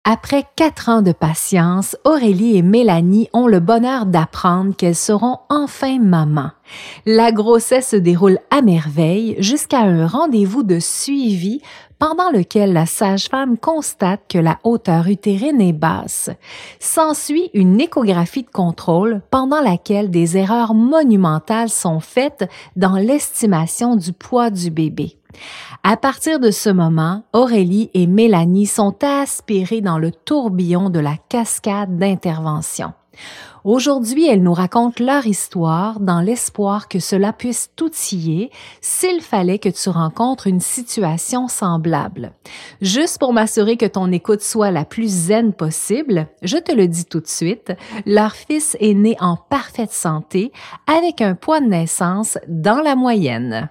Après 4 ans de patience, Aurélie et Mélanie ont le bonheur d'apprendre qu'elles seront enfin mamans. La grossesse se déroule à merveille jusqu'à un rendez-vous de suivi pendant lequel la sage-femme constate que la hauteur utérine est basse. S'ensuit une échographie de contrôle pendant laquelle des erreurs monumentales sont faites dans l'estimation du poids du bébé. À partir de ce moment, Aurélie et Mélanie sont aspirées dans le tourbillon de la cascade d'intervention. Aujourd'hui, elles nous racontent leur histoire dans l'espoir que cela puisse t'outiller s'il fallait que tu rencontres une situation semblable. Juste pour m'assurer que ton écoute soit la plus zen possible, je te le dis tout de suite, leur fils est né en parfaite santé avec un poids de naissance dans la moyenne.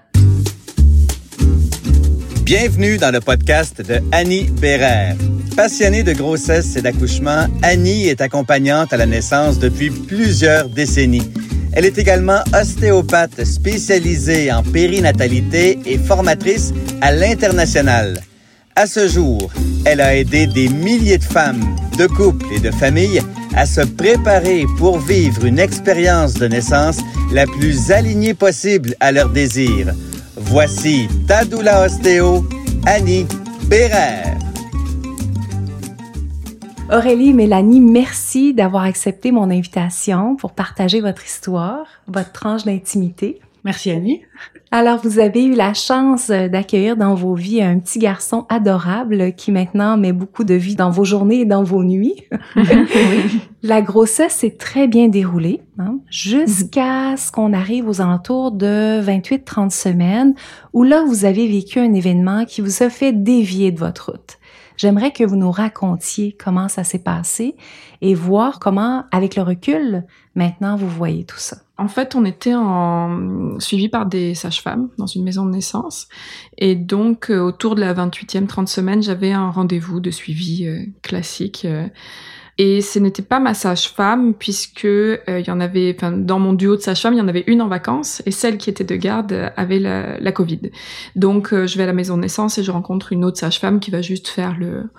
Bienvenue dans le podcast de Annie Bérère. Passionnée de grossesse et d'accouchement, Annie est accompagnante à la naissance depuis plusieurs décennies. Elle est également ostéopathe spécialisée en périnatalité et formatrice à l'international. À ce jour, elle a aidé des milliers de femmes, de couples et de familles à se préparer pour vivre une expérience de naissance la plus alignée possible à leurs désirs. Voici ta doula ostéo, Annie Bérère. Aurélie et Mélanie, merci d'avoir accepté mon invitation pour partager votre histoire, votre tranche d'intimité. Merci Annie. Alors, vous avez eu la chance d'accueillir dans vos vies un petit garçon adorable qui maintenant met beaucoup de vie dans vos journées et dans vos nuits. Oui. La grossesse s'est très bien déroulée, jusqu'à ce qu'on arrive aux alentours de 28-30 semaines, où là, vous avez vécu un événement qui vous a fait dévier de votre route. J'aimerais que vous nous racontiez comment ça s'est passé et voir comment, avec le recul, maintenant, vous voyez tout ça. En fait, on était suivis par des sages-femmes dans une maison de naissance. Et donc, autour de la 28e, 30 semaines, j'avais un rendez-vous de suivi classique. Et ce n'était pas ma sage-femme, puisque il y en avait, dans mon duo de sage-femmes, il y en avait une en vacances, et celle qui était de garde avait la Covid. Donc, je vais à la maison de naissance et je rencontre une autre sage-femme qui va juste faire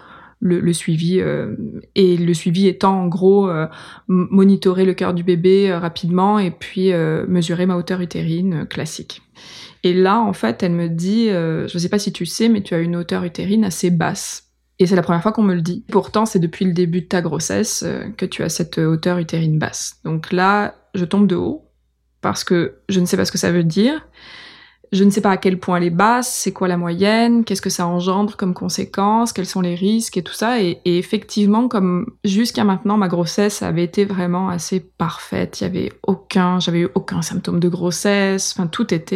le suivi, et le suivi étant en gros monitorer le cœur du bébé rapidement et puis mesurer ma hauteur utérine classique. Et là, en fait, elle me dit, je sais pas si tu sais, mais tu as une hauteur utérine assez basse. Et c'est la première fois qu'on me le dit. Pourtant, c'est depuis le début de ta grossesse que tu as cette hauteur utérine basse. Donc là, je tombe de haut parce que je ne sais pas ce que ça veut dire. Je ne sais pas à quel point elle est basse, c'est quoi la moyenne, qu'est-ce que ça engendre comme conséquences, quels sont les risques et tout ça. Et effectivement, comme jusqu'à maintenant, ma grossesse avait été vraiment assez parfaite. J'avais eu aucun symptôme de grossesse. Enfin, tout était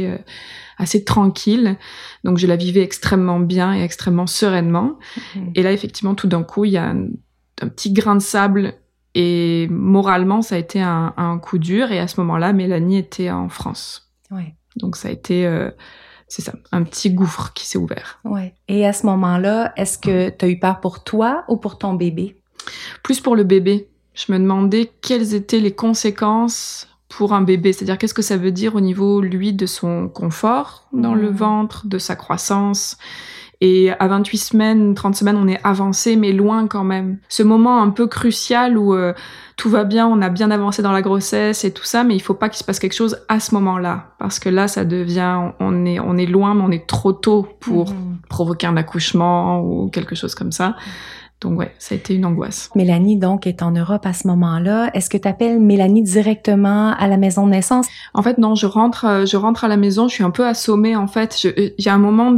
assez tranquille. Donc, je la vivais extrêmement bien et extrêmement sereinement. Et là, effectivement, tout d'un coup, il y a un petit grain de sable. Et moralement, ça a été un coup dur. Et à ce moment-là, Mélanie était en France. Ouais. Donc ça a été, c'est ça, un petit gouffre qui s'est ouvert. Ouais. Et à ce moment-là, est-ce que tu as eu peur pour toi ou pour ton bébé? Plus pour le bébé. Je me demandais quelles étaient les conséquences pour un bébé. C'est-à-dire qu'est-ce que ça veut dire au niveau, lui, de son confort dans le ventre, de sa croissance. Et à 28 semaines, 30 semaines, on est avancé, mais loin quand même. Ce moment un peu crucial où tout va bien, on a bien avancé dans la grossesse et tout ça, mais il faut pas qu'il se passe quelque chose à ce moment-là. Parce que là, ça devient, on est loin, mais on est trop tôt pour provoquer un accouchement ou quelque chose comme ça. Donc ouais, ça a été une angoisse. Mélanie, donc, est en Europe à ce moment-là. Est-ce que tu appelles Mélanie directement à la maison de naissance? En fait, non, je rentre à la maison, je suis un peu assommée, en fait. J'ai un moment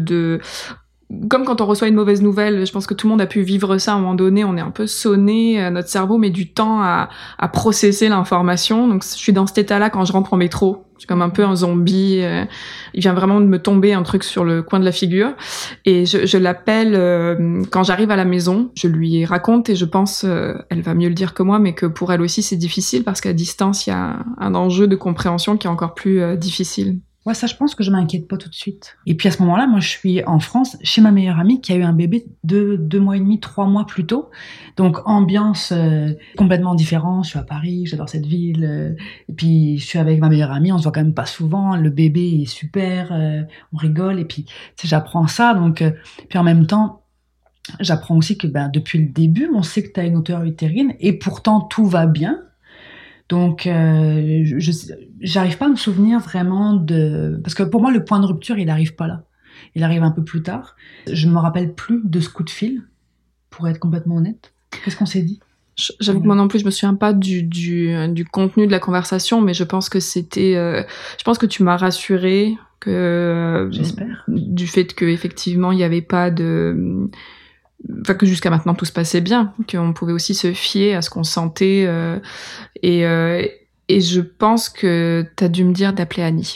comme quand on reçoit une mauvaise nouvelle, je pense que tout le monde a pu vivre ça à un moment donné, on est un peu sonné, notre cerveau met du temps à processer l'information. Donc, je suis dans cet état-là quand je rentre en métro. Je suis comme un peu un zombie. Il vient vraiment de me tomber un truc sur le coin de la figure. Et je l'appelle quand j'arrive à la maison. Je lui raconte et je pense, elle va mieux le dire que moi, mais que pour elle aussi, c'est difficile parce qu'à distance, il y a un enjeu de compréhension qui est encore plus difficile. Ouais, ça, je pense que je m'inquiète pas tout de suite. Et puis à ce moment-là, moi, je suis en France chez ma meilleure amie qui a eu un bébé 2 mois et demi, 3 mois plus tôt. Donc ambiance complètement différente. Je suis à Paris, j'adore cette ville. Et puis je suis avec ma meilleure amie, on se voit quand même pas souvent. Le bébé est super, on rigole. Et puis tu sais, j'apprends ça. Donc puis en même temps, j'apprends aussi que depuis le début, on sait que tu as une hauteur utérine et pourtant tout va bien. Donc, j'arrive pas à me souvenir vraiment parce que pour moi, le point de rupture, il arrive pas là. Il arrive un peu plus tard. Je me rappelle plus de ce coup de fil, pour être complètement honnête. Qu'est-ce qu'on s'est dit? J'avoue que moi non plus, je me souviens pas du contenu de la conversation, mais je pense que je pense que tu m'as rassurée J'espère. Du fait que effectivement il y avait pas enfin que jusqu'à maintenant tout se passait bien, qu'on pouvait aussi se fier à ce qu'on sentait et je pense que t'as dû me dire d'appeler Annie.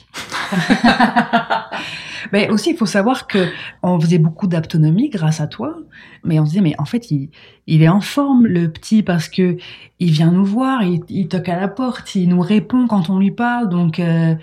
Mais aussi, il faut savoir que on faisait beaucoup d'autonomie grâce à toi, mais on se disait, mais en fait, il est en forme, le petit, parce que il vient nous voir, il toque à la porte, il nous répond quand on lui parle, donc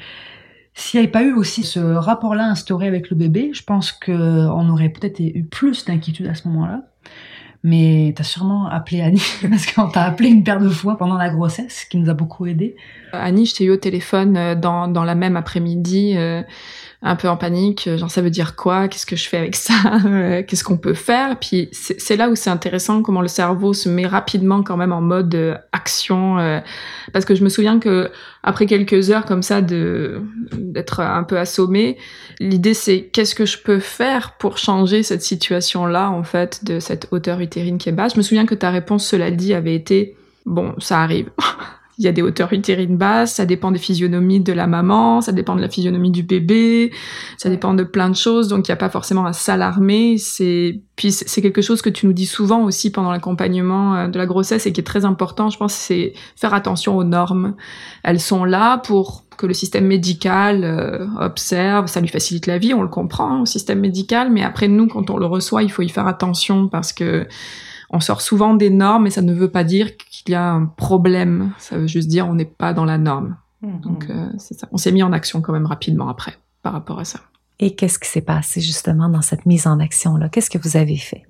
s'il n'y avait pas eu aussi ce rapport-là instauré avec le bébé, je pense qu'on aurait peut-être eu plus d'inquiétude à ce moment-là. Mais t'as sûrement appelé Annie, parce qu'on t'a appelé une paire de fois pendant la grossesse, ce qui nous a beaucoup aidé. Annie, je t'ai eu au téléphone dans la même après-midi, un peu en panique, genre ça veut dire quoi, qu'est-ce que je fais avec ça, qu'est-ce qu'on peut faire. Puis c'est là où c'est intéressant comment le cerveau se met rapidement quand même en mode action, parce que je me souviens que après quelques heures comme ça d'être un peu assommée, l'idée c'est qu'est-ce que je peux faire pour changer cette situation-là en fait, de cette hauteur utérine qui est basse. Je me souviens que ta réponse, cela dit, avait été bon, ça arrive. Il y a des hauteurs utérines basses, ça dépend des physionomies de la maman, ça dépend de la physionomie du bébé, ça dépend de plein de choses, donc il n'y a pas forcément à s'alarmer. Puis c'est quelque chose que tu nous dis souvent aussi pendant l'accompagnement de la grossesse et qui est très important, je pense, c'est faire attention aux normes. Elles sont là pour que le système médical observe, ça lui facilite la vie, on le comprend au système médical, mais après nous, quand on le reçoit, il faut y faire attention parce que on sort souvent des normes et ça ne veut pas dire qu'il y a un problème. Ça veut juste dire on n'est pas dans la norme. Donc c'est ça. On s'est mis en action quand même rapidement après par rapport à ça. Et qu'est-ce qui s'est passé justement dans cette mise en action-là? Qu'est-ce que vous avez fait?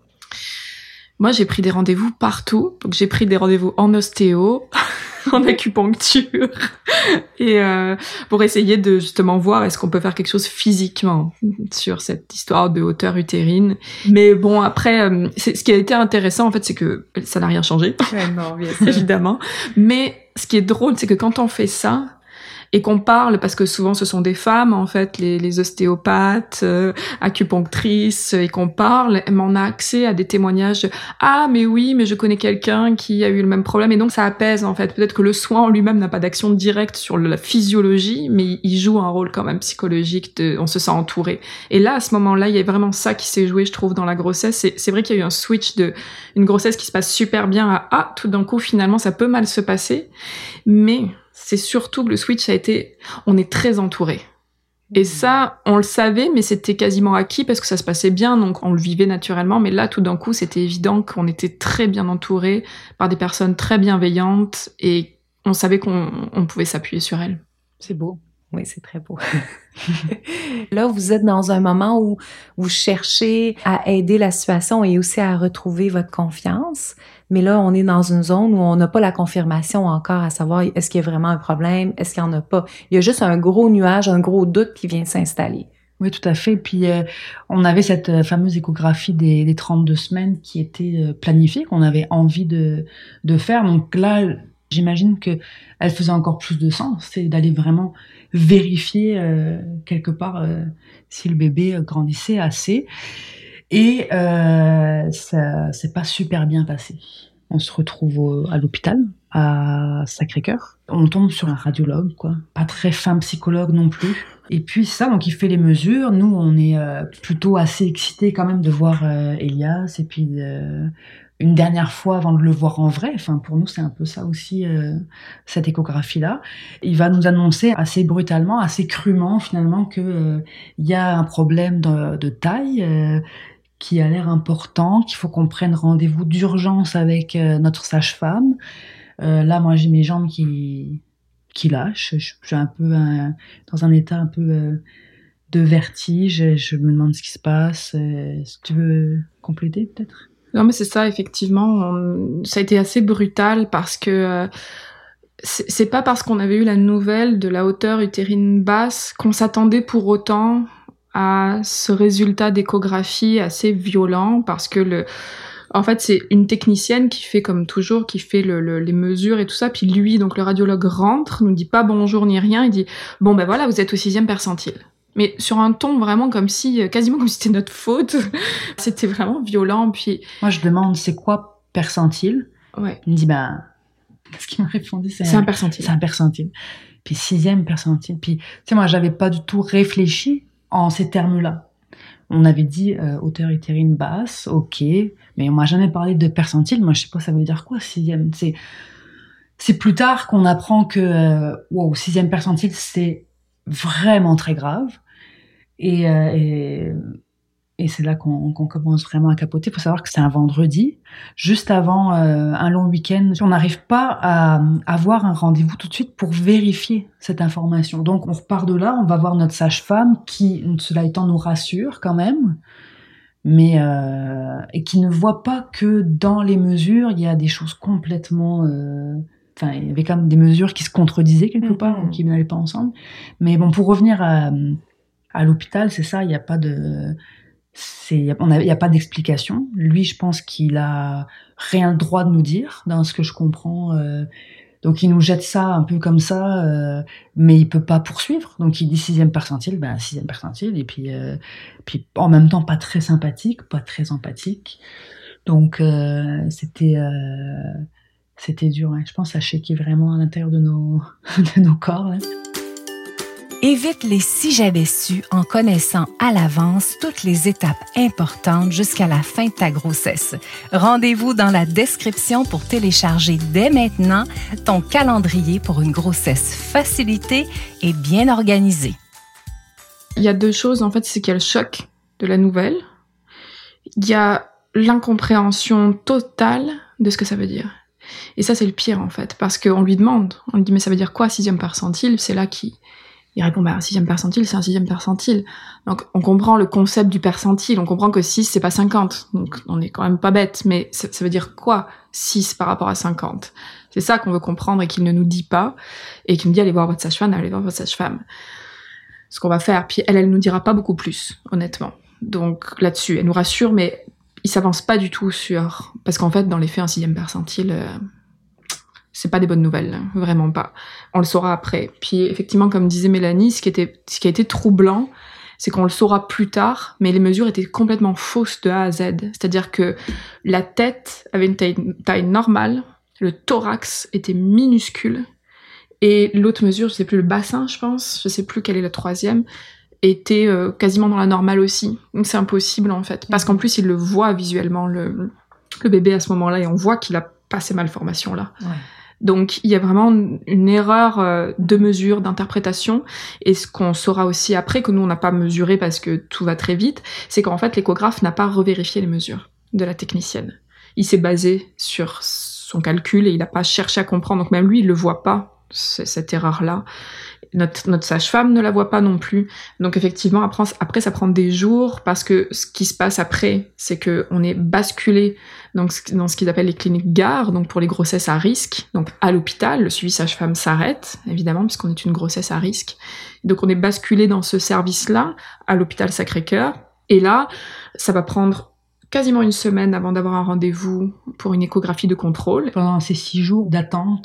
Moi, j'ai pris des rendez-vous partout. Donc j'ai pris des rendez-vous en ostéo, en acupuncture, et pour essayer de justement voir est-ce qu'on peut faire quelque chose physiquement sur cette histoire de hauteur utérine. Mais bon, après, ce qui a été intéressant en fait, c'est que ça n'a rien changé, Non, bien sûr. évidemment. Mais ce qui est drôle, c'est que quand on fait ça et qu'on parle, parce que souvent ce sont des femmes en fait, les ostéopathes, acupunctrices, et qu'on parle, on a accès à des témoignages de « Ah mais oui, mais je connais quelqu'un qui a eu le même problème » et donc ça apaise en fait. Peut-être que le soin en lui-même n'a pas d'action directe sur la physiologie, mais il joue un rôle quand même psychologique, on se sent entouré. Et là, à ce moment-là, il y a vraiment ça qui s'est joué, je trouve, dans la grossesse. C'est vrai qu'il y a eu un switch une grossesse qui se passe super bien à « Ah, tout d'un coup, finalement, ça peut mal se passer », mais c'est surtout que le switch a été, on est très entouré. Et ça, on le savait, mais c'était quasiment acquis parce que ça se passait bien, donc on le vivait naturellement. Mais là, tout d'un coup, c'était évident qu'on était très bien entouré par des personnes très bienveillantes et on savait qu'on pouvait s'appuyer sur elles. C'est beau. Oui, c'est très beau. Là, vous êtes dans un moment où vous cherchez à aider la situation et aussi à retrouver votre confiance. Mais là, on est dans une zone où on n'a pas la confirmation encore à savoir est-ce qu'il y a vraiment un problème, est-ce qu'il n'y en a pas. Il y a juste un gros nuage, un gros doute qui vient s'installer. Oui, tout à fait. Puis, on avait cette fameuse échographie des 32 semaines qui était planifiée, qu'on avait envie de faire. Donc là, j'imagine que elle faisait encore plus de sens, c'est d'aller vraiment vérifier quelque part si le bébé grandissait assez. Et ça s'est pas super bien passé. On se retrouve à l'hôpital, à Sacré-Cœur. On tombe sur un radiologue, quoi. Pas très fin psychologue non plus. Et puis ça, donc il fait les mesures. Nous, on est plutôt assez excités quand même de voir Elias. Et puis une dernière fois avant de le voir en vrai. Enfin, pour nous, c'est un peu ça aussi, cette échographie-là. Il va nous annoncer assez brutalement, assez crûment finalement que y a un problème de taille qui a l'air important, qu'il faut qu'on prenne rendez-vous d'urgence avec notre sage-femme. Là, moi, j'ai mes jambes qui lâchent. Je suis un peu dans un état un peu de vertige. Je me demande ce qui se passe. Est-ce que tu veux compléter, peut-être ? Non, mais c'est ça, effectivement. Ça a été assez brutal parce que c'est pas parce qu'on avait eu la nouvelle de la hauteur utérine basse qu'on s'attendait pour autant à ce résultat d'échographie assez violent parce que en fait, c'est une technicienne qui fait comme toujours, qui fait les mesures et tout ça. Puis lui, donc le radiologue rentre, nous dit pas bonjour ni rien. Il dit bon ben voilà, vous êtes au 6e percentile. Mais sur un ton vraiment quasiment comme si c'était notre faute. C'était vraiment violent. Puis moi je demande c'est quoi percentile. Ouais. Il me dit ce qu'il m'a répondu c'est un percentile. C'est un percentile. Puis 6e percentile. Puis tu sais moi j'avais pas du tout réfléchi en ces termes-là. On avait dit hauteur utérine basse, ok, mais on m'a jamais parlé de percentile. Moi, je sais pas, ça veut dire quoi, 6e. C'est plus tard qu'on apprend que 6e percentile, c'est vraiment très grave. Et c'est là qu'on commence vraiment à capoter. Il faut savoir que c'est un vendredi, juste avant un long week-end. On n'arrive pas à avoir un rendez-vous tout de suite pour vérifier cette information. Donc, on repart de là, on va voir notre sage-femme qui, cela étant, nous rassure quand même, mais et qui ne voit pas que dans les mesures, il y a des choses complètement... Enfin, il y avait quand même des mesures qui se contredisaient quelque part, ou qui n'allaient pas ensemble. Mais bon, pour revenir à l'hôpital, c'est ça, il n'y a pas de... Il y a pas d'explication. Lui, je pense qu'il a rien le droit de nous dire, dans ce que je comprends. Donc, il nous jette ça un peu comme ça, mais il peut pas poursuivre. Donc, il dit 6e percentile, 6e percentile. Et puis en même temps, pas très sympathique, pas très empathique. Donc, c'était dur. Hein. Je pense que ça shakeait vraiment à l'intérieur de nos corps. Hein. Évite les si j'avais su en connaissant à l'avance toutes les étapes importantes jusqu'à la fin de ta grossesse. Rendez-vous dans la description pour télécharger dès maintenant ton calendrier pour une grossesse facilitée et bien organisée. Il y a 2 choses, en fait, c'est qu'il y a le choc de la nouvelle. Il y a l'incompréhension totale de ce que ça veut dire. Et ça, c'est le pire, en fait, parce qu'on lui demande, on lui dit, mais ça veut dire quoi, 6e percentile? C'est là il répond, un 6e percentile, c'est un 6e percentile. Donc, on comprend le concept du percentile, on comprend que 6, c'est pas 50. Donc, on est quand même pas bête, mais ça veut dire quoi, 6 par rapport à 50? C'est ça qu'on veut comprendre et qu'il ne nous dit pas, et qu'il nous dit, allez voir votre sage-femme, allez voir votre sage-femme. Ce qu'on va faire, puis elle nous dira pas beaucoup plus, honnêtement. Donc, là-dessus, elle nous rassure, mais il s'avance pas du tout parce qu'en fait, dans les faits, un 6e percentile, c'est pas des bonnes nouvelles, vraiment pas. On le saura après. Puis effectivement, comme disait Mélanie, ce qui a été troublant, c'est qu'on le saura plus tard, mais les mesures étaient complètement fausses de A à Z. C'est-à-dire que la tête avait une taille normale, le thorax était minuscule, et l'autre mesure, je sais plus, le bassin, je pense, je sais plus quelle est la 3e, était quasiment dans la normale aussi. Donc c'est impossible en fait, parce qu'en plus il le voit visuellement, le bébé à ce moment-là, et on voit qu'il a pas ces malformations-là. Ouais. Donc il y a vraiment une erreur de mesure, d'interprétation, et ce qu'on saura aussi après, que nous on n'a pas mesuré parce que tout va très vite, c'est qu'en fait l'échographe n'a pas revérifié les mesures de la technicienne. Il s'est basé sur son calcul et il n'a pas cherché à comprendre, donc même lui il le voit pas, cette erreur-là. Notre sage-femme ne la voit pas non plus. Donc effectivement, après ça prend des jours, parce que ce qui se passe après, c'est que on est basculé donc dans ce qu'ils appellent les cliniques GARD, donc pour les grossesses à risque. Donc à l'hôpital, le suivi sage-femme s'arrête, évidemment, puisqu'on est une grossesse à risque. Donc on est basculé dans ce service-là, à l'hôpital Sacré-Cœur. Et là, ça va prendre quasiment une semaine avant d'avoir un rendez-vous pour une échographie de contrôle. Pendant ces 6 jours d'attente...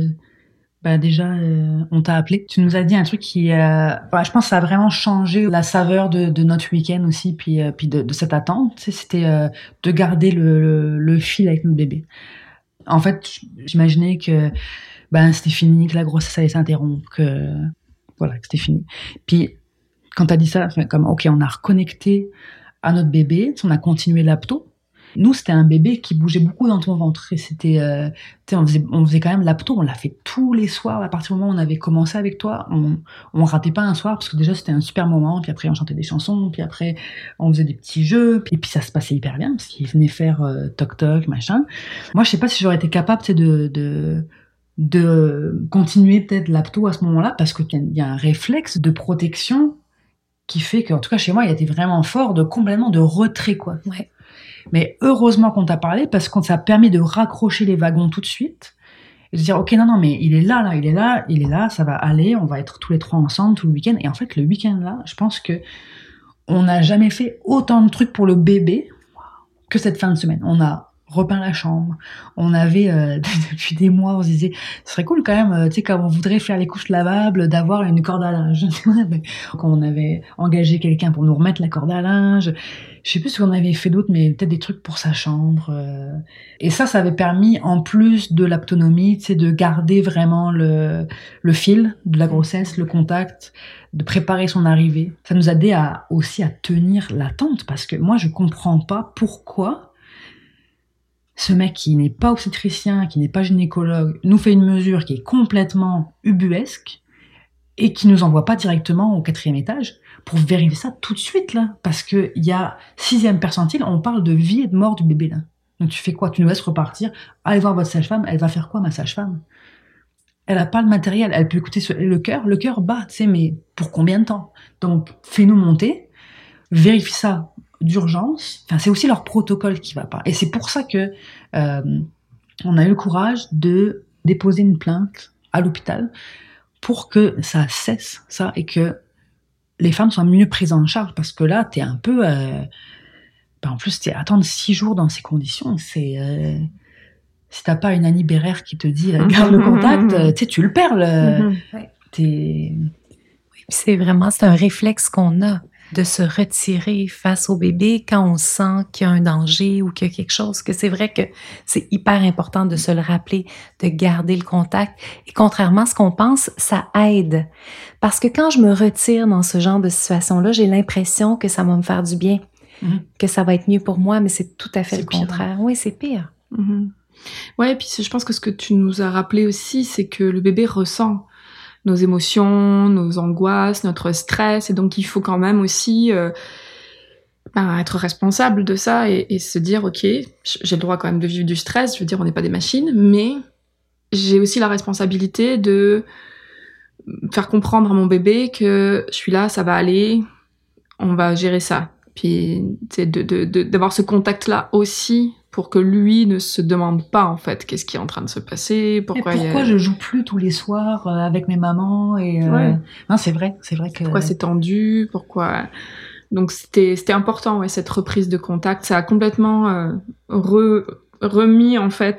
déjà, on t'a appelé. Tu nous as dit un truc qui, je pense, que ça a vraiment changé la saveur de notre week-end aussi, puis de cette attente. Tu sais, c'était de garder le fil avec notre bébé. En fait, j'imaginais que c'était fini, que la grossesse allait s'interrompre, que c'était fini. Puis quand t'as dit ça, comme ok, on a reconnecté à notre bébé, on a continué l'apto. Nous, c'était un bébé qui bougeait beaucoup dans ton ventre. Et c'était, on faisait quand même l'apto. On l'a fait tous les soirs. À partir du moment où on avait commencé avec toi, on ratait pas un soir parce que déjà c'était un super moment. Puis après, on chantait des chansons. Puis après, on faisait des petits jeux. Et puis ça se passait hyper bien parce qu'il venait faire toc toc machin. Moi, je sais pas si j'aurais été capable, de continuer peut-être l'apto à ce moment-là, parce qu'il y a un réflexe de protection qui fait qu'en tout cas chez moi, il était vraiment fort complètement de retrait, quoi. Ouais. Mais heureusement qu'on t'a parlé, parce qu'on t'a permis de raccrocher les wagons tout de suite et de dire ok, non, mais il est là, ça va aller, on va être tous les 3 ensemble tout le week-end. Et en fait, le week-end là, je pense que On n'a jamais fait autant de trucs pour le bébé que cette fin de semaine. On a repeint la chambre. On avait, depuis des mois, on se disait, ce serait cool quand même, tu sais, quand on voudrait faire les couches lavables, d'avoir une corde à linge. Quand on avait engagé quelqu'un pour nous remettre la corde à linge. Je sais plus ce qu'on avait fait d'autre, mais peut-être des trucs pour sa chambre. Et ça avait permis, en plus de l'autonomie, tu sais, de garder vraiment le fil de la grossesse, le contact, de préparer son arrivée. Ça nous a aidé aussi à tenir l'attente, parce que moi, je comprends pas pourquoi ce mec qui n'est pas obstétricien, qui n'est pas gynécologue, nous fait une mesure qui est complètement ubuesque et qui nous envoie pas directement au 4e étage pour vérifier ça tout de suite, là. Parce que il y a 6e percentile, on parle de vie et de mort du bébé, là. Donc tu fais quoi? Tu nous laisses repartir, allez voir votre sage-femme, elle va faire quoi, ma sage-femme? Elle a pas le matériel, elle peut écouter le cœur bat, tu sais, mais pour combien de temps? Donc fais-nous monter, vérifie ça d'urgence. Enfin, c'est aussi leur protocole qui va pas. Et c'est pour ça que on a eu le courage de déposer une plainte à l'hôpital pour que ça cesse, ça, et que les femmes soient mieux prises en charge, parce que là, t'es un peu... en plus, attendre 6 jours dans ces conditions, c'est... si t'as pas une Annie Bérère qui te dit garde le contact, tu sais, tu le perds. C'est un réflexe qu'on a de se retirer face au bébé quand on sent qu'il y a un danger ou qu'il y a quelque chose, que c'est vrai que c'est hyper important de se le rappeler, de garder le contact. Et contrairement à ce qu'on pense, ça aide. Parce que quand je me retire dans ce genre de situation-là, j'ai l'impression que ça va me faire du bien, que ça va être mieux pour moi, mais c'est tout à fait le contraire. Oui, c'est pire. Ouais, et puis je pense que ce que tu nous as rappelé aussi, c'est que le bébé ressent nos émotions, nos angoisses, notre stress, et donc il faut quand même aussi être responsable de ça et se dire, ok, j'ai le droit quand même de vivre du stress, je veux dire, on n'est pas des machines, mais j'ai aussi la responsabilité de faire comprendre à mon bébé que je suis là, ça va aller, on va gérer ça. Puis d'avoir ce contact-là aussi, pour que lui ne se demande pas, en fait, qu'est-ce qui est en train de se passer, pourquoi je joue plus tous les soirs avec mes mamans, et non, c'est vrai que... Pourquoi c'est tendu, pourquoi... Donc c'était important, ouais, cette reprise de contact, ça a complètement remis, en fait,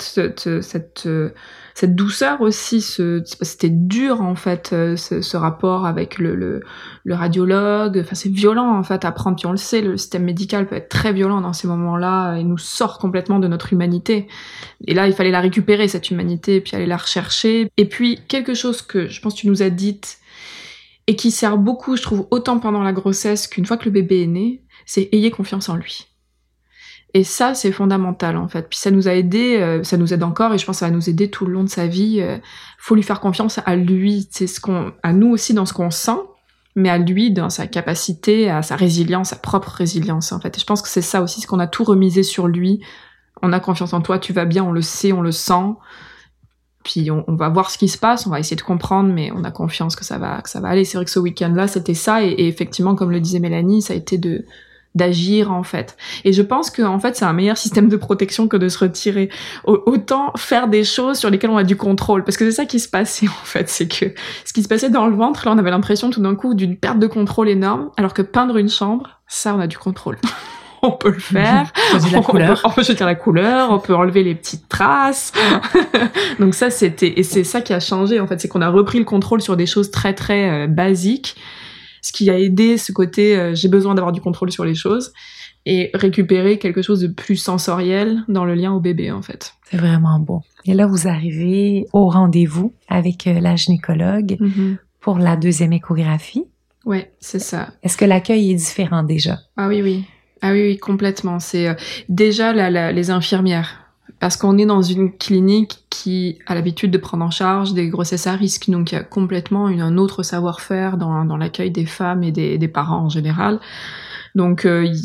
cette douceur aussi, c'était dur, en fait, ce rapport avec le radiologue. Enfin, c'est violent, en fait, à prendre. Puis on le sait, le système médical peut être très violent dans ces moments-là et nous sort complètement de notre humanité. Et là, il fallait la récupérer, cette humanité, et puis aller la rechercher. Et puis, quelque chose que je pense que tu nous as dit et qui sert beaucoup, je trouve, autant pendant la grossesse qu'une fois que le bébé est né, c'est ayez confiance en lui. Et ça, c'est fondamental, en fait. Puis ça nous a aidé, ça nous aide encore, et je pense que ça va nous aider tout le long de sa vie. Faut lui faire confiance à lui, c'est à nous aussi dans ce qu'on sent, mais à lui dans sa capacité, à sa résilience, sa propre résilience, en fait. Et je pense que c'est ça aussi, ce qu'on a tout remisé sur lui. On a confiance en toi, tu vas bien, on le sait, on le sent. Puis on va voir ce qui se passe, on va essayer de comprendre, mais on a confiance que ça va aller. C'est vrai que ce week-end-là, c'était ça, et effectivement, comme le disait Mélanie, ça a été d'agir, en fait. Et je pense que, en fait, c'est un meilleur système de protection que de se retirer. Autant faire des choses sur lesquelles on a du contrôle. Parce que c'est ça qui se passait, en fait. C'est que ce qui se passait dans le ventre, là, on avait l'impression tout d'un coup d'une perte de contrôle énorme, alors que peindre une chambre, ça, on a du contrôle. On peut le faire. On peut choisir la couleur, on peut enlever les petites traces. Donc ça, et c'est ça qui a changé, en fait. C'est qu'on a repris le contrôle sur des choses très, très basiques. Ce qui a aidé ce côté j'ai besoin d'avoir du contrôle sur les choses, et récupérer quelque chose de plus sensoriel dans le lien au bébé, en fait. C'est vraiment beau. Et là, vous arrivez au rendez-vous avec la gynécologue pour la 2e échographie. Ouais, c'est ça. Est-ce que l'accueil est différent déjà? Ah oui, complètement. C'est déjà les infirmières. Parce qu'on est dans une clinique qui a l'habitude de prendre en charge des grossesses à risque, donc il y a complètement un autre savoir-faire dans l'accueil des femmes et des parents en général. Donc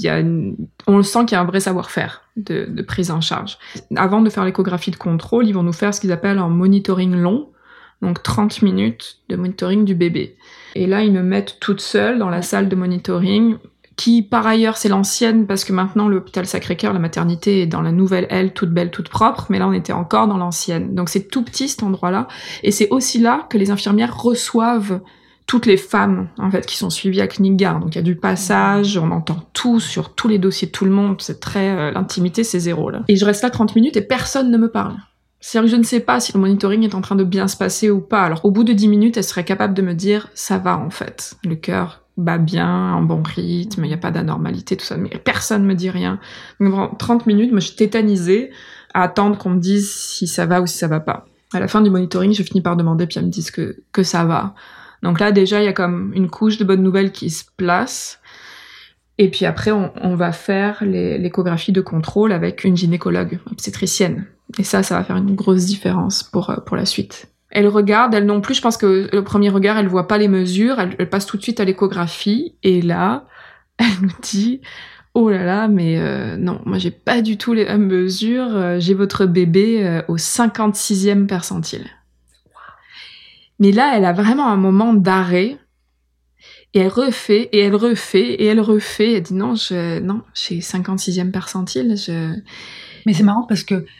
on le sent qu'il y a un vrai savoir-faire de prise en charge. Avant de faire l'échographie de contrôle, ils vont nous faire ce qu'ils appellent un monitoring long, donc 30 minutes de monitoring du bébé. Et là, ils me mettent toute seule dans la salle de monitoring, qui par ailleurs c'est l'ancienne, parce que maintenant l'hôpital Sacré-Cœur, la maternité est dans la nouvelle aile, toute belle, toute propre, mais là on était encore dans l'ancienne. Donc c'est tout petit cet endroit-là, et c'est aussi là que les infirmières reçoivent toutes les femmes, en fait, qui sont suivies à Clinique Gare. Donc, il y a du passage, on entend tout sur tous les dossiers de tout le monde. C'est très, l'intimité, c'est zéro, là. Et je reste là 30 minutes et personne ne me parle. C'est-à-dire que je ne sais pas si le monitoring est en train de bien se passer ou pas. Alors, au bout de 10 minutes, elle serait capable de me dire, ça va, en fait. Le cœur bat bien, en bon rythme, il n'y a pas d'anormalité, tout ça. Mais personne me dit rien. Donc, pendant 30 minutes, moi, je suis tétanisée à attendre qu'on me dise si ça va ou si ça va pas. À la fin du monitoring, je finis par demander, puis elles me disent que ça va. Donc là, déjà, il y a comme une couche de bonnes nouvelles qui se place. Et puis après, on va faire l'échographie de contrôle avec une gynécologue obstétricienne. Et ça va faire une grosse différence pour la suite. Elle regarde, elle non plus, je pense que le premier regard, elle voit pas les mesures, elle passe tout de suite à l'échographie. Et là, elle nous dit, oh là là, mais non, moi j'ai pas du tout les mêmes mesures, j'ai votre bébé au 56e percentile. Mais là, elle a vraiment un moment d'arrêt, et elle refait, et elle refait, et elle refait. Elle dit non, j'ai 56e percentile. Mais c'est marrant parce que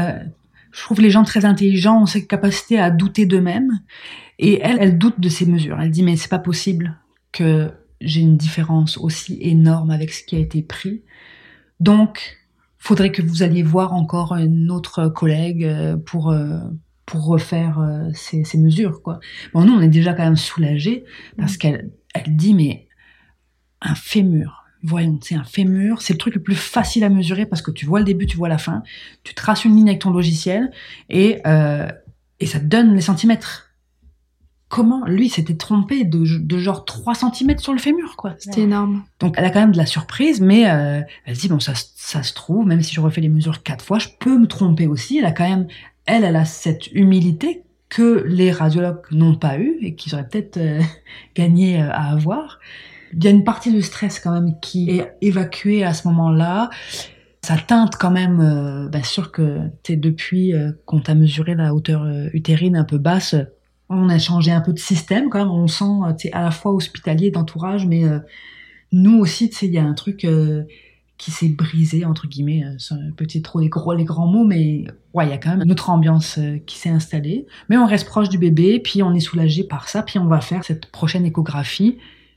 je trouve les gens très intelligents ont cette capacité à douter d'eux-mêmes, et elle doute de ces mesures. Elle dit mais c'est pas possible que j'ai une différence aussi énorme avec ce qui a été pris. Donc, faudrait que vous alliez voir encore une autre collègue pour refaire ces mesures, quoi. Bon, nous, on est déjà quand même soulagés parce qu'elle dit, mais un fémur, voyons, c'est un fémur, c'est le truc le plus facile à mesurer parce que tu vois le début, tu vois la fin, tu traces une ligne avec ton logiciel et ça te donne les centimètres. Comment lui s'était trompé de genre 3 cm sur le fémur, quoi. C'était énorme. Donc elle a quand même de la surprise, mais elle se dit bon, ça se trouve, même si je refais les mesures 4 fois, je peux me tromper aussi. Elle a quand même, elle a cette humilité que les radiologues n'ont pas eu et qu'ils auraient peut-être gagné à avoir. Il y a une partie de stress quand même qui est évacuée à ce moment-là. Ça teinte quand même, bien sûr que depuis qu'on t'a mesuré la hauteur utérine un peu basse, on a changé un peu de système quand même, on sent à la fois hospitalier d'entourage, mais nous aussi, il y a un truc qui s'est brisé, entre guillemets, c'est peut-être trop les grands mots, mais ouais, il y a quand même une autre ambiance qui s'est installée. Mais on reste proche du bébé, puis on est soulagé par ça, puis on va faire cette prochaine échographie.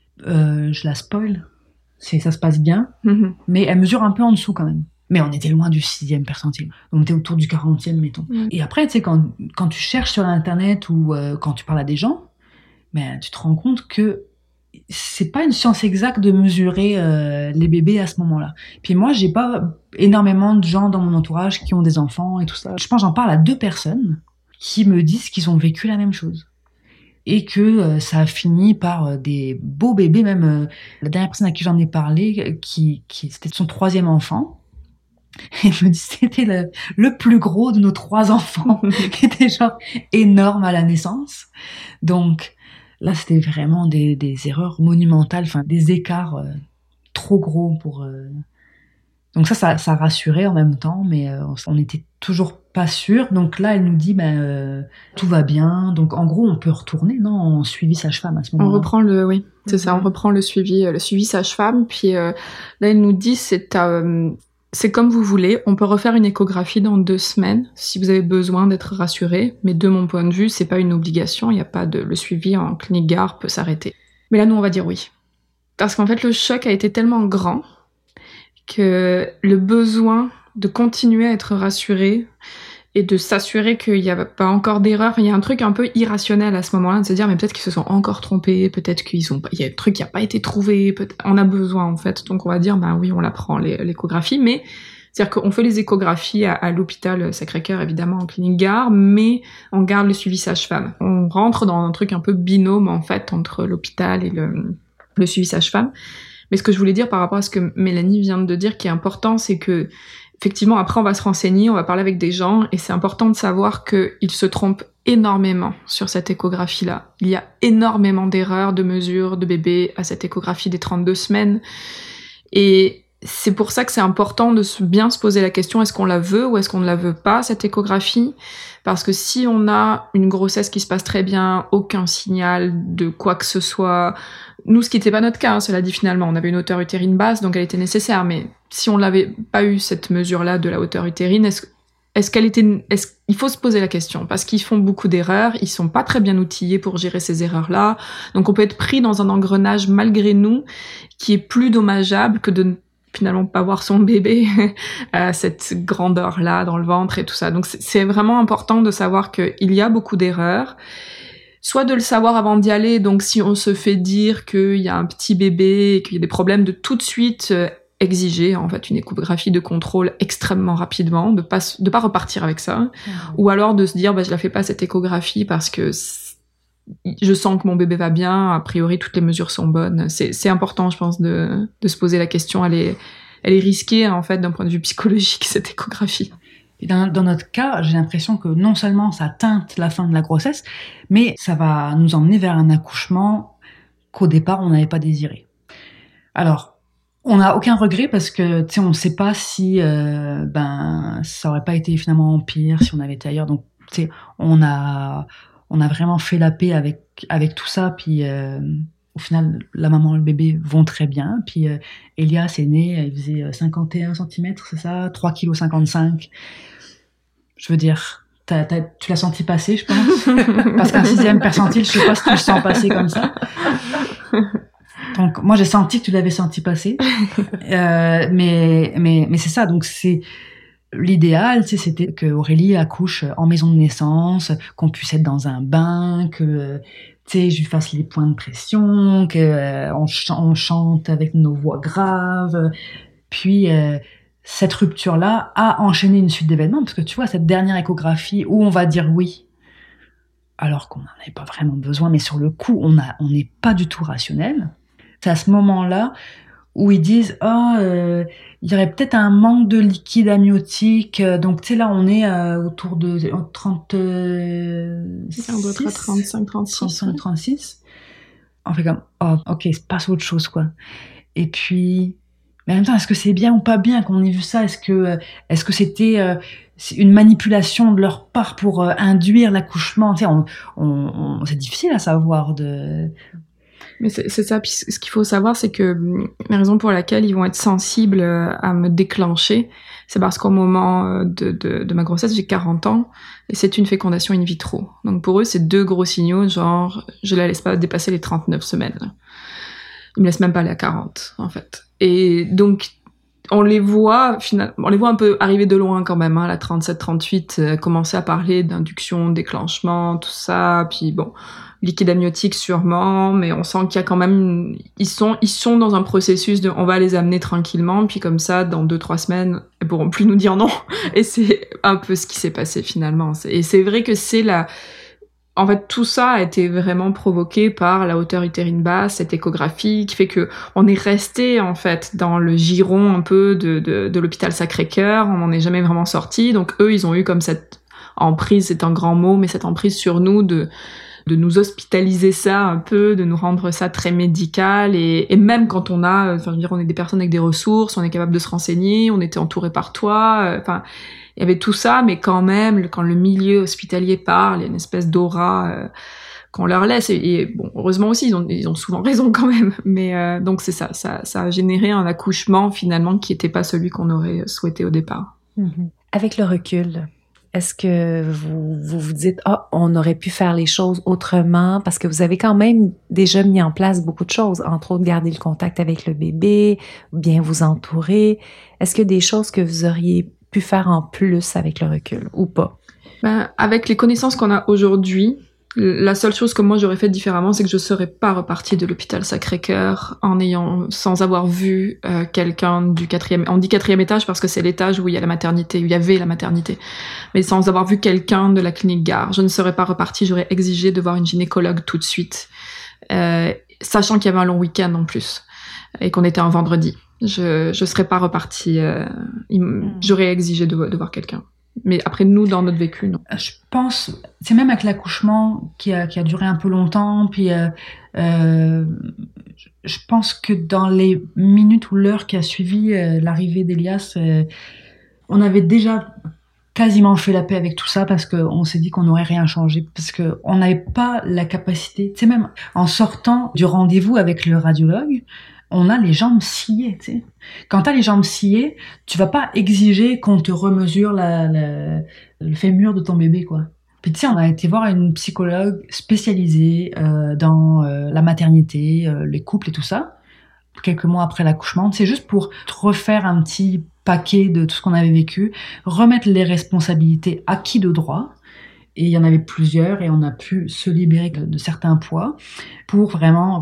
Je la spoil, ça se passe bien, mais elle mesure un peu en dessous quand même. Mais on était loin du 6e percentile. On était autour du 40e, mettons. Et après, tu sais, quand tu cherches sur Internet ou quand tu parles à des gens, ben, tu te rends compte que c'est pas une science exacte de mesurer les bébés à ce moment-là. Puis moi, j'ai pas énormément de gens dans mon entourage qui ont des enfants et tout ça. Je pense que j'en parle à 2 personnes qui me disent qu'ils ont vécu la même chose. Et que ça a fini par des beaux bébés, même la dernière personne à qui j'en ai parlé, c'était son 3e enfant. Et je me dis, c'était le plus gros de nos 3 enfants, qui était genre énorme à la naissance. Donc là, c'était vraiment des erreurs monumentales, enfin des écarts trop gros pour... Donc ça rassurait en même temps, mais on n'était toujours pas sûr. Donc là, elle nous dit, tout va bien. Donc en gros, on peut retourner, non, en suivi sage-femme à ce moment-là. On reprend c'est ça, on reprend le suivi sage-femme. Puis là, elle nous dit, c'est comme vous voulez, on peut refaire une échographie dans 2 semaines si vous avez besoin d'être rassuré, mais de mon point de vue, c'est pas une obligation, il y a pas le suivi en clinique Gare peut s'arrêter. Mais là, nous, on va dire oui. Parce qu'en fait, le choc a été tellement grand que le besoin de continuer à être rassuré et de s'assurer qu'il n'y a pas encore d'erreur, il y a un truc un peu irrationnel à ce moment-là, de se dire mais peut-être qu'ils se sont encore trompés, peut-être il y a un truc qui n'a pas été trouvé, on a besoin en fait, donc on va dire oui, on la prend l'échographie, mais c'est-à-dire qu'on fait les échographies à l'hôpital Sacré-Cœur évidemment en clinique Gare, mais on garde le suivi sage-femme. On rentre dans un truc un peu binôme en fait entre l'hôpital et le suivi sage-femme. Mais ce que je voulais dire par rapport à ce que Mélanie vient de dire qui est important, c'est que effectivement, après, on va se renseigner, on va parler avec des gens, et c'est important de savoir qu'ils se trompent énormément sur cette échographie-là. Il y a énormément d'erreurs de mesure de bébé à cette échographie des 32 semaines. Et c'est pour ça que c'est important de bien se poser la question, est-ce qu'on la veut ou est-ce qu'on ne la veut pas, cette échographie? Parce que si on a une grossesse qui se passe très bien, aucun signal de quoi que ce soit... Nous, ce qui n'était pas notre cas, cela dit finalement, on avait une hauteur utérine basse, donc elle était nécessaire, mais si on n'avait pas eu cette mesure-là de la hauteur utérine, il faut se poser la question parce qu'ils font beaucoup d'erreurs, ils sont pas très bien outillés pour gérer ces erreurs-là. Donc on peut être pris dans un engrenage malgré nous qui est plus dommageable que de finalement pas voir son bébé à cette grandeur-là dans le ventre et tout ça. Donc c'est vraiment important de savoir qu'il y a beaucoup d'erreurs. Soit de le savoir avant d'y aller, donc si on se fait dire qu'il y a un petit bébé et qu'il y a des problèmes, de tout de suite exiger en fait une échographie de contrôle extrêmement rapidement, de pas repartir avec ça, ou alors de se dire je la fais pas cette échographie parce que je sens que mon bébé va bien, a priori toutes les mesures sont bonnes. C'est important, je pense, de se poser la question. Elle est risquée en fait d'un point de vue psychologique, cette échographie. Et dans notre cas, j'ai l'impression que non seulement ça teinte la fin de la grossesse, mais ça va nous emmener vers un accouchement qu'au départ on n'avait pas désiré. Alors, on n'a aucun regret parce que tu sais, on ne sait pas si ça aurait pas été finalement pire si on avait été ailleurs. Donc, tu sais, on a vraiment fait la paix avec tout ça. Puis au final, la maman et le bébé vont très bien. Puis Elias est né, il faisait 51 cm, c'est ça, 3,55 kg. Je veux dire, tu l'as senti passer, je pense. Parce qu'un 6e percentile, je sais pas si tu le sens passer comme ça. Donc moi j'ai senti que tu l'avais senti passer. Mais c'est ça, donc c'est l'idéal, tu sais, c'était que Aurélie accouche en maison de naissance, qu'on puisse être dans un bain, que tu sais, je lui fasse les points de pression, que on chante avec nos voix graves. Puis cette rupture-là a enchaîné une suite d'événements, parce que tu vois, cette dernière échographie où on va dire oui, alors qu'on n'en avait pas vraiment besoin, mais sur le coup, on n'est pas du tout rationnel. C'est à ce moment-là où ils disent il y aurait peut-être un manque de liquide amniotique, donc tu sais là on est autour de 30 on doit être à 35-36 on fait comme ok, il se passe autre chose quoi. Et puis mais en même temps, est-ce que c'est bien ou pas bien qu'on ait vu ça? Est-ce que c'était une manipulation de leur part pour induire l'accouchement? Tu sais, c'est difficile à savoir de. Mais c'est ça. Puis ce qu'il faut savoir, c'est que la raison pour laquelle ils vont être sensibles à me déclencher, c'est parce qu'au moment de ma grossesse, j'ai 40 ans et c'est une fécondation in vitro. Donc pour eux, c'est 2 gros signaux, genre je la laisse pas dépasser les 39 semaines. Ils me laissent même pas aller à 40 en fait. Et donc on les voit un peu arriver de loin quand même, la 37-38, commencer à parler d'induction, déclenchement, tout ça, puis bon, liquide amniotique sûrement, mais on sent qu'il y a quand même, ils sont dans un processus de, on va les amener tranquillement, puis comme ça, dans 2-3 semaines, elles pourront plus nous dire non. Et c'est un peu ce qui s'est passé finalement. Et c'est vrai que en fait, tout ça a été vraiment provoqué par la hauteur utérine basse, cette échographie, qui fait que on est resté, en fait, dans le giron un peu de l'hôpital Sacré-Cœur. On n'en est jamais vraiment sorti. Donc, eux, ils ont eu comme cette emprise, c'est un grand mot, mais cette emprise sur nous de nous hospitaliser ça un peu, de nous rendre ça très médical. Et même quand on est des personnes avec des ressources, on est capable de se renseigner, on était entouré par toi, il y avait tout ça, mais quand même, quand le milieu hospitalier parle, il y a une espèce d'aura qu'on leur laisse. Et bon, heureusement aussi, ils ont souvent raison quand même. Mais donc c'est ça a généré un accouchement finalement qui n'était pas celui qu'on aurait souhaité au départ. Mm-hmm. Avec le recul, est-ce que vous dites on aurait pu faire les choses autrement, parce que vous avez quand même déjà mis en place beaucoup de choses, entre autres garder le contact avec le bébé, bien vous entourer. Est-ce qu'il y a des choses que vous auriez pu faire en plus avec le recul ou pas? Avec les connaissances qu'on a aujourd'hui, la seule chose que moi j'aurais fait différemment, c'est que je serais pas repartie de l'hôpital Sacré-Cœur sans avoir vu quelqu'un du 4e. On dit 4e étage parce que c'est l'étage où il y a la maternité, où il y avait la maternité. Mais sans avoir vu quelqu'un de la clinique Gare, je ne serais pas repartie. J'aurais exigé de voir une gynécologue tout de suite, sachant qu'il y avait un long week-end en plus et qu'on était un vendredi. Je serais pas repartie. J'aurais exigé de voir quelqu'un. Mais après, nous, dans notre vécu, non. Je pense, c'est même avec l'accouchement qui a duré un peu longtemps, puis je pense que dans les minutes ou l'heure qui a suivi l'arrivée d'Elias, on avait déjà quasiment fait la paix avec tout ça, parce qu'on s'est dit qu'on n'aurait rien changé, parce qu'on n'avait pas la capacité, tu sais, même en sortant du rendez-vous avec le radiologue, on a les jambes sciées, tu sais. Quand t'as les jambes sciées, tu vas pas exiger qu'on te remesure le fémur de ton bébé, quoi. Puis tu sais, on a été voir une psychologue spécialisée dans la maternité, les couples et tout ça, quelques mois après l'accouchement. C'est juste pour te refaire un petit paquet de tout ce qu'on avait vécu, remettre les responsabilités à qui de droit. Et il y en avait plusieurs et on a pu se libérer de certains poids pour vraiment,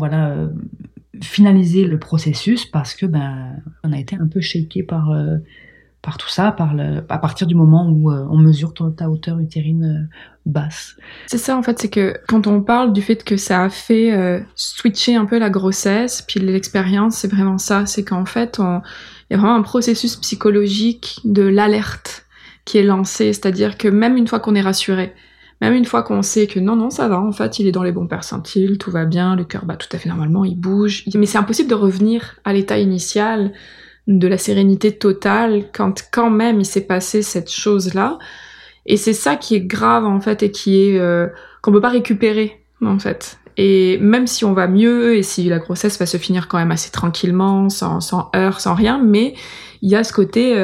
finaliser le processus parce que on a été un peu shaké par tout ça, à partir du moment où on mesure ta hauteur utérine basse. C'est ça, en fait, c'est que quand on parle du fait que ça a fait switcher un peu la grossesse, puis l'expérience, c'est vraiment ça, c'est qu'en fait, il y a vraiment un processus psychologique de l'alerte qui est lancé, c'est-à-dire que même une fois qu'on est rassuré, même une fois qu'on sait que non, ça va, en fait, il est dans les bons percentiles, tout va bien, le cœur bat tout à fait normalement, il bouge, mais c'est impossible de revenir à l'état initial de la sérénité totale quand même il s'est passé cette chose-là. Et c'est ça qui est grave, en fait, et qui est qu'on peut pas récupérer, en fait. Et même si on va mieux, et si la grossesse va se finir quand même assez tranquillement, sans heurts, sans rien, mais il y a ce côté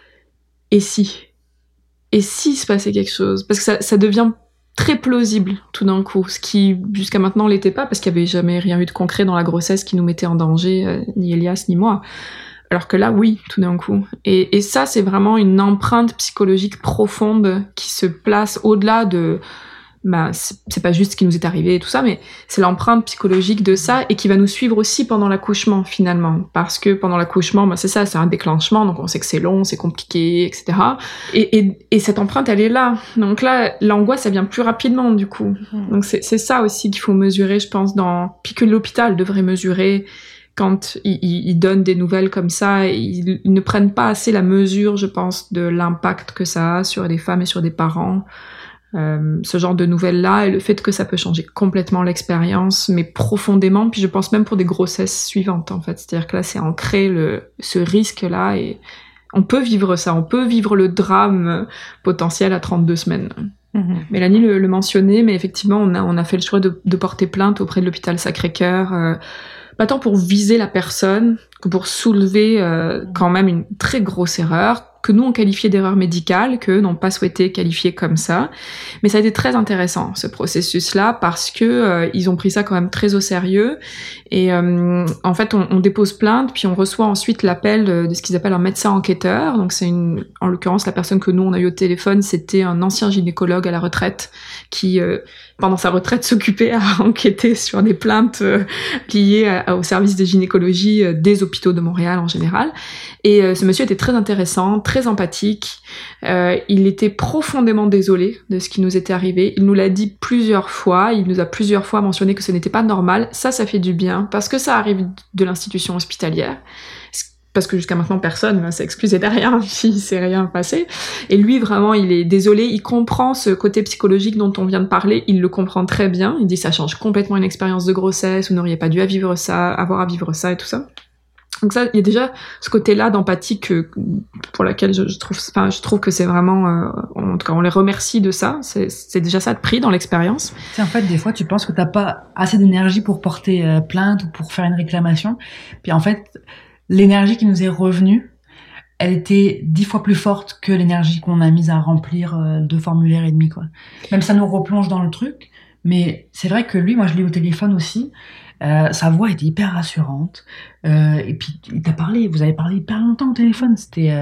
et si se passait quelque chose? Parce que ça devient très plausible tout d'un coup, ce qui jusqu'à maintenant l'était pas, parce qu'il y avait jamais rien eu de concret dans la grossesse qui nous mettait en danger, ni Elias ni moi. Alors que là, oui, tout d'un coup. Et ça, c'est vraiment une empreinte psychologique profonde qui se place au-delà de... c'est pas juste ce qui nous est arrivé et tout ça, mais c'est l'empreinte psychologique de ça et qui va nous suivre aussi pendant l'accouchement, finalement. Parce que pendant l'accouchement, c'est ça, c'est un déclenchement, donc on sait que c'est long, c'est compliqué, etc. Et cette empreinte, elle est là. Donc là, l'angoisse, ça vient plus rapidement, du coup. Donc c'est ça aussi qu'il faut mesurer, je pense, puis que l'hôpital devrait mesurer quand ils donnent des nouvelles comme ça, ils ne prennent pas assez la mesure, je pense, de l'impact que ça a sur des femmes et sur des parents. Ce genre de nouvelles-là, et le fait que ça peut changer complètement l'expérience, mais profondément, puis je pense même pour des grossesses suivantes, en fait. C'est-à-dire que là, c'est ancré ce risque-là, et on peut vivre ça, on peut vivre le drame potentiel à 32 semaines. Mmh. Mélanie le mentionnait, mais effectivement, on a fait le choix de porter plainte auprès de l'hôpital Sacré-Cœur, pas tant pour viser la personne que pour soulever quand même une très grosse erreur que nous on qualifiait d'erreur médicale, qu'eux n'ont pas souhaité qualifier comme ça. Mais ça a été très intéressant, ce processus-là, parce que ils ont pris ça quand même très au sérieux. Et en fait, on dépose plainte, puis on reçoit ensuite l'appel de ce qu'ils appellent un médecin enquêteur. Donc en l'occurrence, la personne que nous on a eu au téléphone, c'était un ancien gynécologue à la retraite qui pendant sa retraite, s'occupait à enquêter sur des plaintes liées au service de gynécologie des hôpitaux de Montréal en général. Et ce monsieur était très intéressant, très empathique. Il était profondément désolé de ce qui nous était arrivé. Il nous l'a dit plusieurs fois. Il nous a plusieurs fois mentionné que ce n'était pas normal. Ça fait du bien parce que ça arrive de l'institution hospitalière. Parce que jusqu'à maintenant, personne ne s'est excusé derrière, il s'est rien passé. Et lui, vraiment, il est désolé, il comprend ce côté psychologique dont on vient de parler, il le comprend très bien. Il dit ça change complètement une expérience de grossesse, vous n'auriez pas dû avoir à vivre ça et tout ça. Donc ça, il y a déjà ce côté-là d'empathie pour laquelle je trouve que c'est vraiment, en tout cas, on les remercie de ça. C'est déjà ça de prix dans l'expérience. C'est en fait, des fois, tu penses que t'as pas assez d'énergie pour porter plainte ou pour faire une réclamation. Puis en fait, l'énergie qui nous est revenue, elle était 10 fois plus forte que l'énergie qu'on a mise à remplir 2 formulaires et demi, quoi. Même ça nous replonge dans le truc, mais c'est vrai que lui, moi je l'ai eu au téléphone aussi, sa voix était hyper rassurante, et puis vous avez parlé hyper longtemps au téléphone,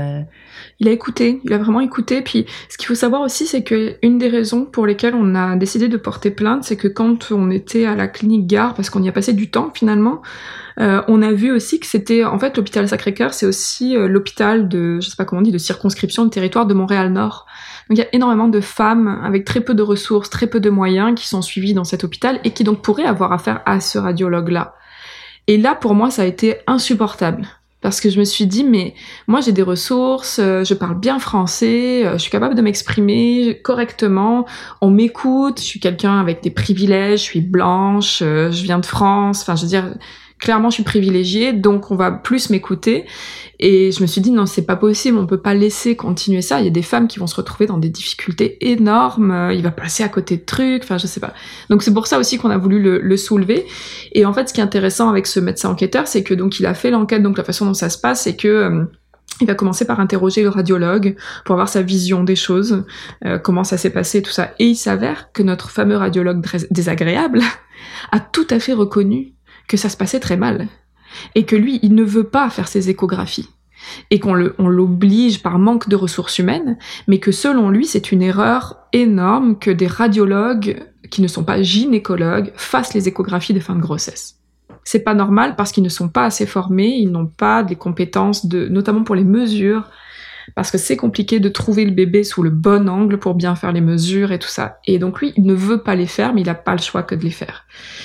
Il a vraiment écouté, puis ce qu'il faut savoir aussi, c'est que une des raisons pour lesquelles on a décidé de porter plainte, c'est que quand on était à la clinique Gare, parce qu'on y a passé du temps finalement, on a vu aussi que c'était, en fait, l'hôpital Sacré-Cœur, c'est aussi l'hôpital de, je sais pas comment on dit, de circonscription de territoire de Montréal-Nord. Donc il y a énormément de femmes avec très peu de ressources, très peu de moyens qui sont suivies dans cet hôpital et qui donc pourraient avoir affaire à ce radiologue-là. Et là, pour moi, ça a été insupportable. Parce que je me suis dit, mais moi j'ai des ressources, je parle bien français, je suis capable de m'exprimer correctement, on m'écoute, je suis quelqu'un avec des privilèges, je suis blanche, je viens de France, enfin je veux dire, clairement, je suis privilégiée, donc on va plus m'écouter. Et je me suis dit, non, c'est pas possible, on peut pas laisser continuer ça. Il y a des femmes qui vont se retrouver dans des difficultés énormes, il va passer à côté de trucs, enfin, je sais pas. Donc c'est pour ça aussi qu'on a voulu le soulever. Et en fait, ce qui est intéressant avec ce médecin enquêteur, c'est que donc il a fait l'enquête, donc la façon dont ça se passe, c'est que il va commencer par interroger le radiologue pour avoir sa vision des choses, comment ça s'est passé, tout ça. Et il s'avère que notre fameux radiologue désagréable a tout à fait reconnu que ça se passait très mal. Et que lui, il ne veut pas faire ses échographies. Et on l'oblige par manque de ressources humaines, mais que selon lui, c'est une erreur énorme que des radiologues qui ne sont pas gynécologues fassent les échographies des fins de grossesse. C'est pas normal parce qu'ils ne sont pas assez formés, ils n'ont pas des compétences notamment pour les mesures, parce que c'est compliqué de trouver le bébé sous le bon angle pour bien faire les mesures et tout ça. Et donc lui, il ne veut pas les faire, mais il n'a pas le choix que de les faire.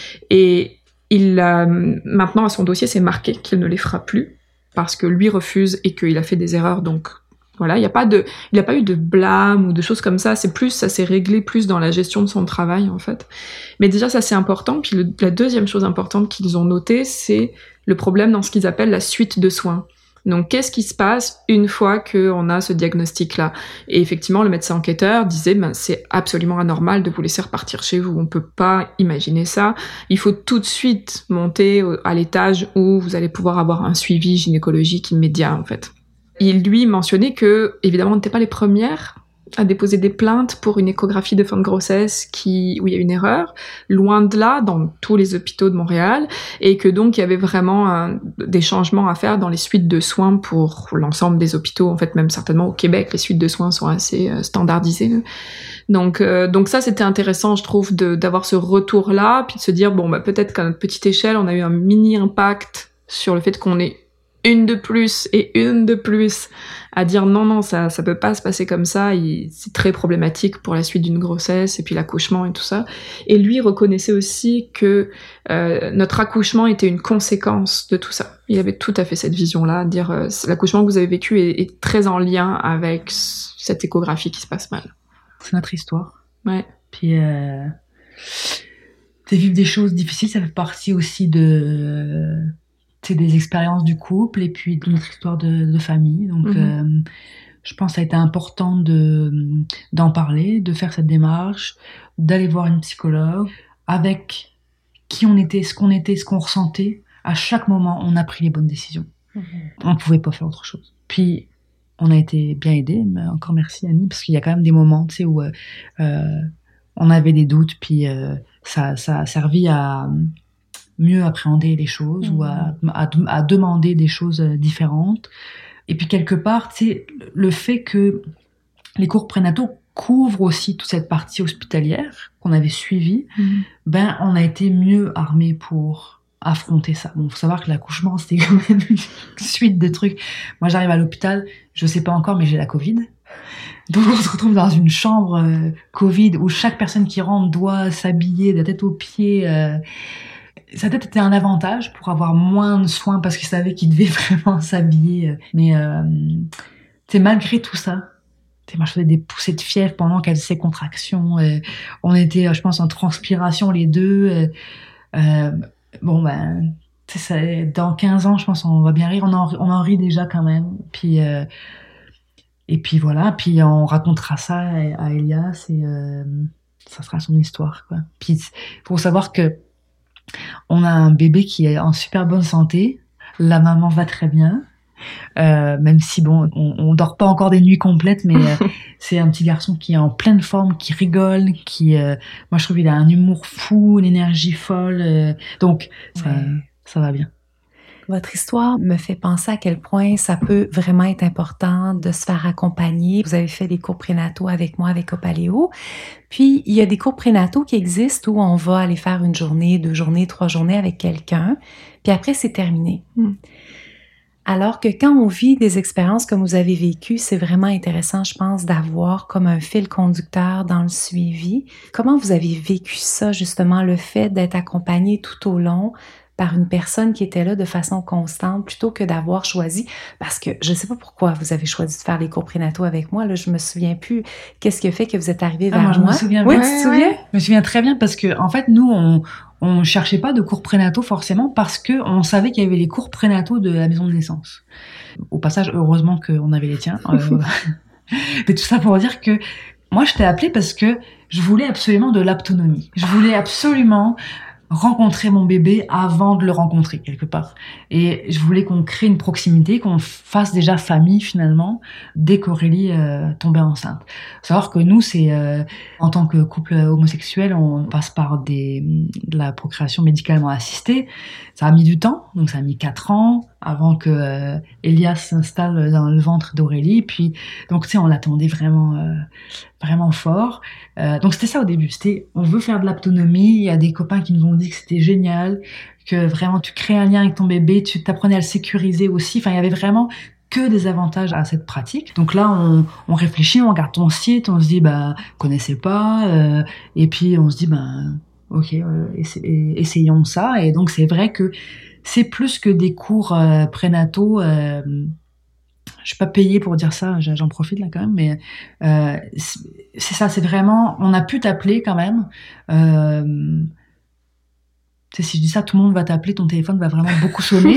Et maintenant, à son dossier, c'est marqué qu'il ne les fera plus, parce que lui refuse et qu'il a fait des erreurs, donc voilà, il n'a pas eu de blâme ou de choses comme ça, ça s'est réglé plus dans la gestion de son travail, en fait. Mais déjà, ça, c'est important. Puis la deuxième chose importante qu'ils ont notée, c'est le problème dans ce qu'ils appellent la suite de soins. Donc, qu'est-ce qui se passe une fois qu'on a ce diagnostic-là? Et effectivement, le médecin enquêteur disait, c'est absolument anormal de vous laisser repartir chez vous. On peut pas imaginer ça. Il faut tout de suite monter à l'étage où vous allez pouvoir avoir un suivi gynécologique immédiat, en fait. Il lui mentionnait que, évidemment, on n'était pas les premières à déposer des plaintes pour une échographie de fin de grossesse où il y a une erreur, loin de là, dans tous les hôpitaux de Montréal, et que donc il y avait vraiment des changements à faire dans les suites de soins pour l'ensemble des hôpitaux. En fait, même certainement au Québec, les suites de soins sont assez standardisées. Donc ça, c'était intéressant, je trouve, d'avoir ce retour-là, puis de se dire, peut-être qu'à notre petite échelle, on a eu un mini impact sur le fait qu'on ait une de plus à dire non, ça peut pas se passer comme ça, c'est très problématique pour la suite d'une grossesse et puis l'accouchement et tout ça. Et lui reconnaissait aussi que notre accouchement était une conséquence de tout ça. Il avait tout à fait cette vision-là, dire l'accouchement que vous avez vécu est très en lien avec cette échographie qui se passe mal. C'est notre histoire. Ouais. Puis vivre des choses difficiles, ça fait partie aussi c'est des expériences du couple et puis de notre histoire de famille. Donc, je pense que ça a été important d'en parler, de faire cette démarche, d'aller voir une psychologue avec qui on était, ce qu'on ressentait. À chaque moment, on a pris les bonnes décisions. On pouvait pas faire autre chose. Puis, on a été bien aidés, mais encore merci Annie, parce qu'il y a quand même des moments, tu sais, où on avait des doutes, puis ça a servi à mieux appréhender les choses ou à demander des choses différentes. Et puis quelque part, tu sais, le fait que les cours prénataux couvrent aussi toute cette partie hospitalière qu'on avait suivie, on a été mieux armés pour affronter ça. Bon, faut savoir que l'accouchement, c'était quand même une suite de trucs. Moi, j'arrive à l'hôpital, je sais pas encore, mais j'ai la Covid. Donc on se retrouve dans une chambre Covid où chaque personne qui rentre doit s'habiller de la tête aux pieds. Ça a peut-être été un avantage pour avoir moins de soins parce qu'ils savaient qu'ils devaient vraiment s'habiller. Mais malgré tout ça, moi je faisais des poussées de fièvre pendant qu'elle faisait ses contractions. On était, je pense, en transpiration les deux. Dans 15 ans, je pense, on va bien rire. On en rit déjà quand même. Puis et puis voilà. Puis on racontera ça à Elias et ça sera son histoire, quoi. Puis faut savoir que on a un bébé qui est en super bonne santé. La maman va très bien. Même si on dort pas encore des nuits complètes, mais c'est un petit garçon qui est en pleine forme, qui rigole, moi je trouve il a un humour fou, une énergie folle. Donc ça va bien. Votre histoire me fait penser à quel point ça peut vraiment être important de se faire accompagner. Vous avez fait des cours prénataux avec moi, avec Opaléo. Puis, il y a des cours prénataux qui existent où on va aller faire 1 journée, 2 journées, 3 journées avec quelqu'un. Puis après, c'est terminé. Alors que quand on vit des expériences comme vous avez vécues, c'est vraiment intéressant, je pense, d'avoir comme un fil conducteur dans le suivi. Comment vous avez vécu ça, justement, le fait d'être accompagné tout au long par une personne qui était là de façon constante plutôt que d'avoir choisi, parce que je ne sais pas pourquoi vous avez choisi de faire les cours prénataux avec moi, là, je me souviens plus qu'est-ce qui a fait que vous êtes arrivé vers moi. Je me souviens oui, bien. tu te souviens? Je me souviens très bien parce que, en fait, nous, on cherchait pas de cours prénataux forcément parce que on savait qu'il y avait les cours prénataux de la maison de naissance. Au passage, heureusement qu'on avait les tiens. Mais tout ça pour dire que moi, je t'ai appelée parce que je voulais absolument de l'autonomie. Je voulais absolument rencontrer mon bébé avant de le rencontrer quelque part. Et je voulais qu'on crée une proximité, qu'on fasse déjà famille finalement dès qu'Aurélie tombait enceinte. Faut savoir que nous, c'est en tant que couple homosexuel, on passe par de la procréation médicalement assistée. Ça a mis du temps, donc ça a mis 4 ans avant que Elias s'installe dans le ventre d'Aurélie. Puis donc tu sais, on l'attendait vraiment fort. Donc c'était ça au début, c'était on veut faire de l'autonomie. Il y a des copains qui nous ont dit que c'était génial, que vraiment tu crées un lien avec ton bébé, tu t'apprenais à le sécuriser aussi. Enfin, il y avait vraiment que des avantages à cette pratique. Donc là, on réfléchit, on regarde ton site, on se dit connaissez pas, et puis on se dit ok, essayons ça. Et donc c'est vrai que c'est plus que des cours prénataux. Je suis pas payée pour dire ça, j'en profite là quand même, mais c'est ça, c'est vraiment, on a pu t'appeler quand même. Tu sais, si je dis ça, tout le monde va t'appeler, ton téléphone va vraiment beaucoup sonner.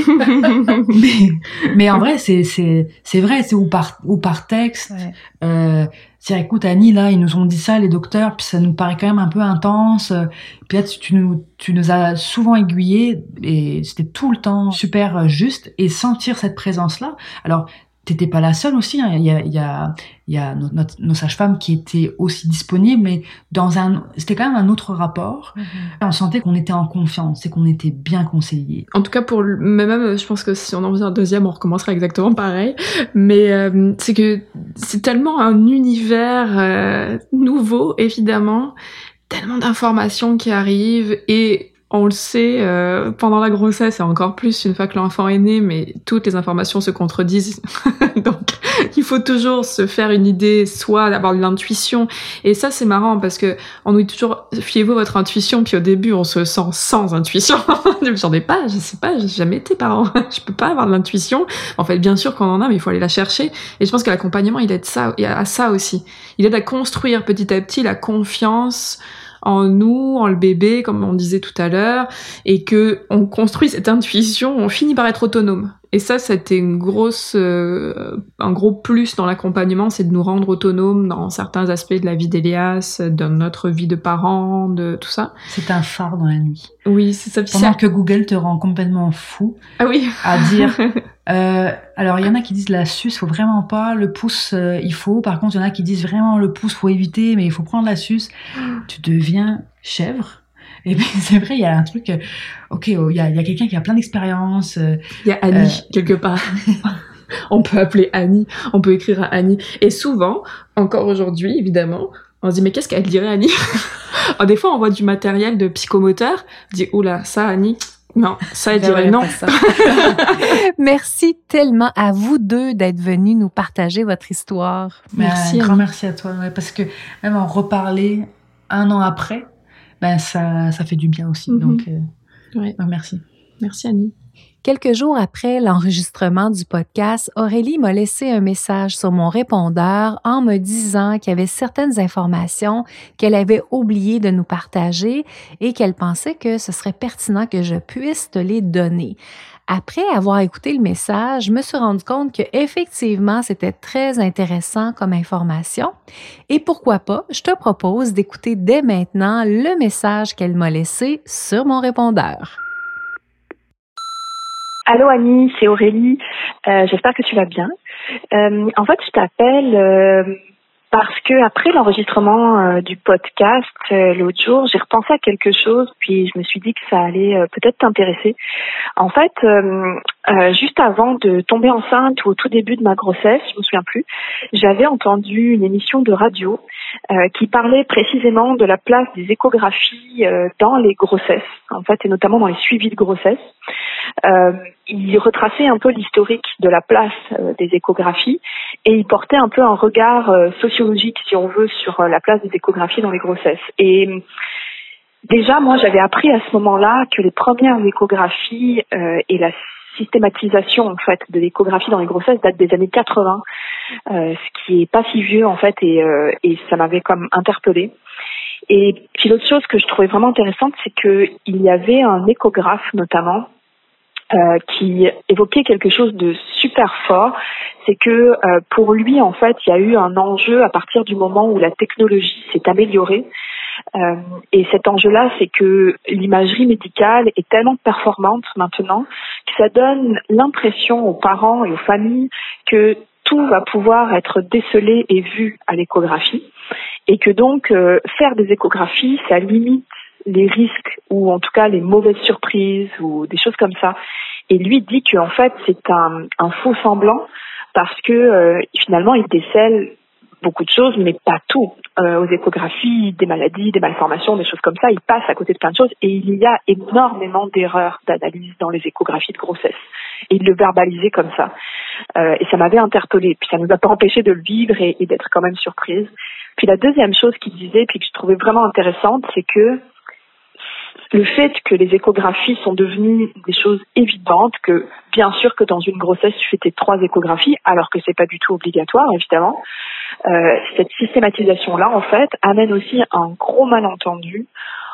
mais en vrai, c'est vrai, c'est ou par texte. Ouais. Tiens, écoute, Annie, là, ils nous ont dit ça, les docteurs, puis ça nous paraît quand même un peu intense. Puis là, tu nous as souvent aiguillés, et c'était tout le temps super juste, et sentir cette présence-là. Alors, t'étais pas la seule aussi, hein. Il y a nos sages-femmes qui étaient aussi disponibles, mais c'était quand même un autre rapport. On sentait qu'on était en confiance et qu'on était bien conseillés. En tout cas, même, je pense que si on en faisait un deuxième, on recommencerait exactement pareil. Mais c'est que c'est tellement un univers nouveau, évidemment, tellement d'informations qui arrivent et on le sait, pendant la grossesse et encore plus une fois que l'enfant est né, mais toutes les informations se contredisent. Donc, il faut toujours se faire une idée, soit d'avoir de l'intuition. Et ça, c'est marrant parce que on nous dit toujours, fiez-vous à votre intuition, puis au début, on se sent sans intuition. J'en ai pas, je sais pas, j'ai jamais été parent. Je peux pas avoir de l'intuition. En fait, bien sûr qu'on en a, mais il faut aller la chercher. Et je pense que l'accompagnement, il aide à ça aussi. Il aide à construire petit à petit la confiance en nous, en le bébé, comme on disait tout à l'heure, et que on construit cette intuition, on finit par être autonome. Et ça, c'était un gros plus dans l'accompagnement, c'est de nous rendre autonomes dans certains aspects de la vie d'Elias, dans notre vie de parents, de tout ça. C'est un phare dans la nuit. Oui, c'est ça. Pendant que Google te rend complètement fou. Ah oui. À dire, alors il y en a qui disent la suce, faut vraiment pas, le pouce, il faut. Par contre, il y en a qui disent vraiment le pouce, faut éviter, mais il faut prendre la suce. Tu deviens chèvre. Et puis c'est vrai, il y a un truc. Ok, il y a quelqu'un qui a plein d'expérience. Il y a Annie quelque part. On peut appeler Annie, on peut écrire à Annie. Et souvent, encore aujourd'hui, évidemment, on se dit mais qu'est-ce qu'elle dirait Annie? Alors, des fois, on voit du matériel de psychomoteur. On dit oula, ça Annie. Non, ça, elle dirait non. Ça. Merci tellement à vous deux d'être venus nous partager votre histoire. Merci. Un grand merci à toi, parce que même en reparler 1 an après, ça fait du bien aussi. Donc, merci. Merci Annie. Quelques jours après l'enregistrement du podcast, Aurélie m'a laissé un message sur mon répondeur en me disant qu'il y avait certaines informations qu'elle avait oublié de nous partager et qu'elle pensait que ce serait pertinent que je puisse te les donner. Après avoir écouté le message, je me suis rendu compte que effectivement, c'était très intéressant comme information. Et pourquoi pas, je te propose d'écouter dès maintenant le message qu'elle m'a laissé sur mon répondeur. Allô Annie, c'est Aurélie. J'espère que tu vas bien. En fait, je t'appelle parce que après l'enregistrement du podcast l'autre jour, j'ai repensé à quelque chose, puis je me suis dit que ça allait peut-être t'intéresser. En fait, juste avant de tomber enceinte ou au tout début de ma grossesse, je me souviens plus, j'avais entendu une émission de radio qui parlait précisément de la place des échographies dans les grossesses, en fait, et notamment dans les suivis de grossesse. Il retraçait un peu l'historique de la place des échographies et il portait un peu un regard sociologique, si on veut, sur la place des échographies dans les grossesses. Et Déjà, moi, j'avais appris à ce moment-là que les premières échographies et la systématisation en fait de l'échographie dans les grossesses datent des années 80, ce qui est pas si vieux en fait, et ça m'avait comme interpellée. Et puis l'autre chose que je trouvais vraiment intéressante, c'est que il y avait un échographe notamment qui évoquait quelque chose de super fort, c'est que pour lui en fait il y a eu un enjeu à partir du moment où la technologie s'est améliorée, et cet enjeu-là, c'est que l'imagerie médicale est tellement performante maintenant que ça donne l'impression aux parents et aux familles que tout va pouvoir être décelé et vu à l'échographie, et que donc faire des échographies, ça limite les risques ou en tout cas les mauvaises surprises ou des choses comme ça. Et lui dit qu'en fait c'est un faux semblant parce que finalement il décèle beaucoup de choses, mais pas tout. Aux échographies, des maladies, des malformations, des choses comme ça, il passe à côté de plein de choses, et il y a énormément d'erreurs d'analyse dans les échographies de grossesse. Et il le verbalisait comme ça. Et ça m'avait interpellée. Puis ça nous a pas empêché de le vivre et d'être quand même surprise. Puis la deuxième chose qu'il disait, puis que je trouvais vraiment intéressante, c'est que le fait que les échographies sont devenues des choses évidentes, que bien sûr que dans une grossesse tu fais tes 3 échographies, alors que c'est pas du tout obligatoire évidemment, cette systématisation-là en fait amène aussi un gros malentendu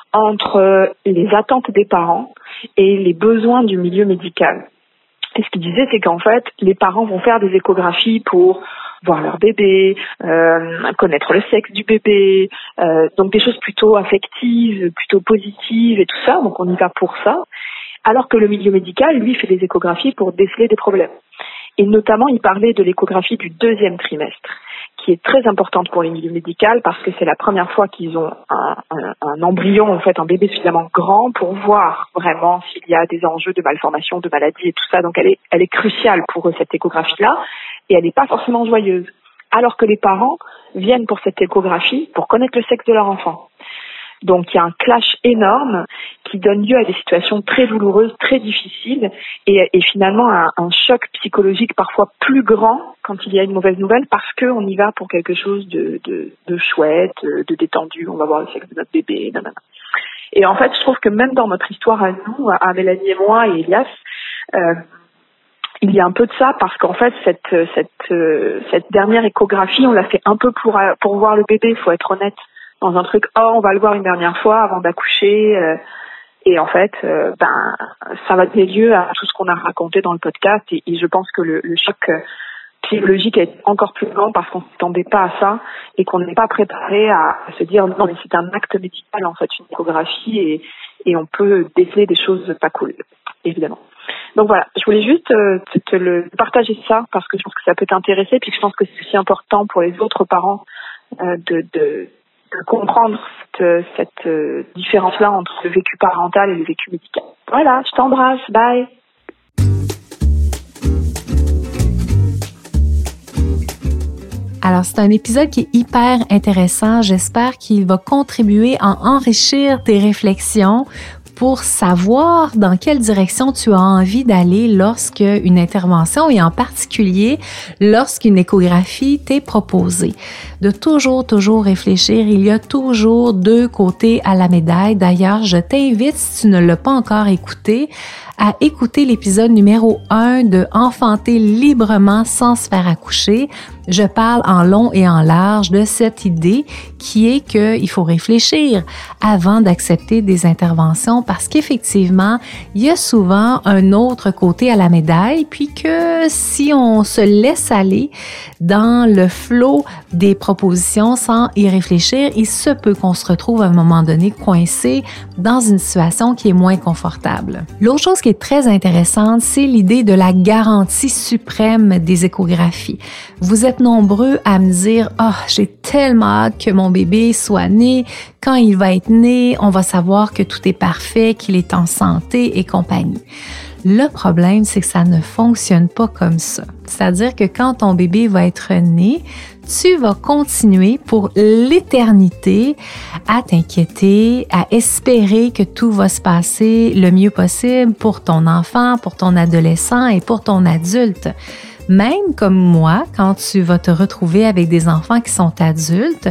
entre les attentes des parents et les besoins du milieu médical. Et ce qu'il disait, c'est qu'en fait les parents vont faire des échographies pour voir leur bébé, connaître le sexe du bébé, donc des choses plutôt affectives, plutôt positives et tout ça, donc on y va pour ça, alors que le milieu médical, lui, fait des échographies pour déceler des problèmes. Et notamment, il parlait de l'échographie du 2e trimestre, qui est très importante pour les milieux médicaux parce que c'est la première fois qu'ils ont un embryon, en fait, un bébé suffisamment grand pour voir vraiment s'il y a des enjeux de malformation, de maladie et tout ça. Donc elle est cruciale pour eux, cette échographie-là, et elle n'est pas forcément joyeuse. Alors que les parents viennent pour cette échographie pour connaître le sexe de leur enfant. Donc il y a un clash énorme qui donne lieu à des situations très douloureuses, très difficiles, et finalement un choc psychologique parfois plus grand quand il y a une mauvaise nouvelle, parce qu'on y va pour quelque chose de chouette, de détendu, on va voir le sexe de notre bébé, nanana. Et en fait, je trouve que même dans notre histoire à nous, à Mélanie et moi et Elias, il y a un peu de ça, parce qu'en fait cette dernière échographie, on l'a fait un peu pour voir le bébé, il faut être honnête, dans un truc, on va le voir une dernière fois avant d'accoucher, et en fait, ça va donner lieu à tout ce qu'on a raconté dans le podcast, et je pense que le choc psychologique est encore plus grand parce qu'on ne s'attendait pas à ça, et qu'on n'est pas préparé à se dire non mais c'est un acte médical en fait, une échographie, et on peut déceler des choses pas cool, évidemment. Donc voilà, je voulais juste te partager ça, parce que je pense que ça peut t'intéresser, puis je pense que c'est aussi important pour les autres parents de comprendre cette différence-là entre le vécu parental et le vécu médical. Voilà, je t'embrasse, bye. Alors, c'est un épisode qui est hyper intéressant. J'espère qu'il va contribuer à enrichir tes réflexions pour savoir dans quelle direction tu as envie d'aller lorsque une intervention, et en particulier lorsqu'une échographie t'est proposée. De toujours réfléchir, il y a toujours 2 côtés à la médaille. D'ailleurs, je t'invite, si tu ne l'as pas encore écouté, à écouter l'épisode numéro 1 de Enfanter librement sans se faire accoucher. Je parle en long et en large de cette idée qui est qu'il faut réfléchir avant d'accepter des interventions, parce qu'effectivement, il y a souvent un autre côté à la médaille, puis que si on se laisse aller dans le flot des propositions sans y réfléchir, il se peut qu'on se retrouve à un moment donné coincé dans une situation qui est moins confortable. L'autre chose qui est très intéressante, c'est l'idée de la garantie suprême des échographies. Vous êtes nombreux à me dire « j'ai tellement hâte que mon bébé soit né. Quand il va être né, on va savoir que tout est parfait, qu'il est en santé et compagnie. » Le problème, c'est que ça ne fonctionne pas comme ça. C'est-à-dire que quand ton bébé va être né, tu vas continuer pour l'éternité à t'inquiéter, à espérer que tout va se passer le mieux possible pour ton enfant, pour ton adolescent et pour ton adulte. Même comme moi, quand tu vas te retrouver avec des enfants qui sont adultes,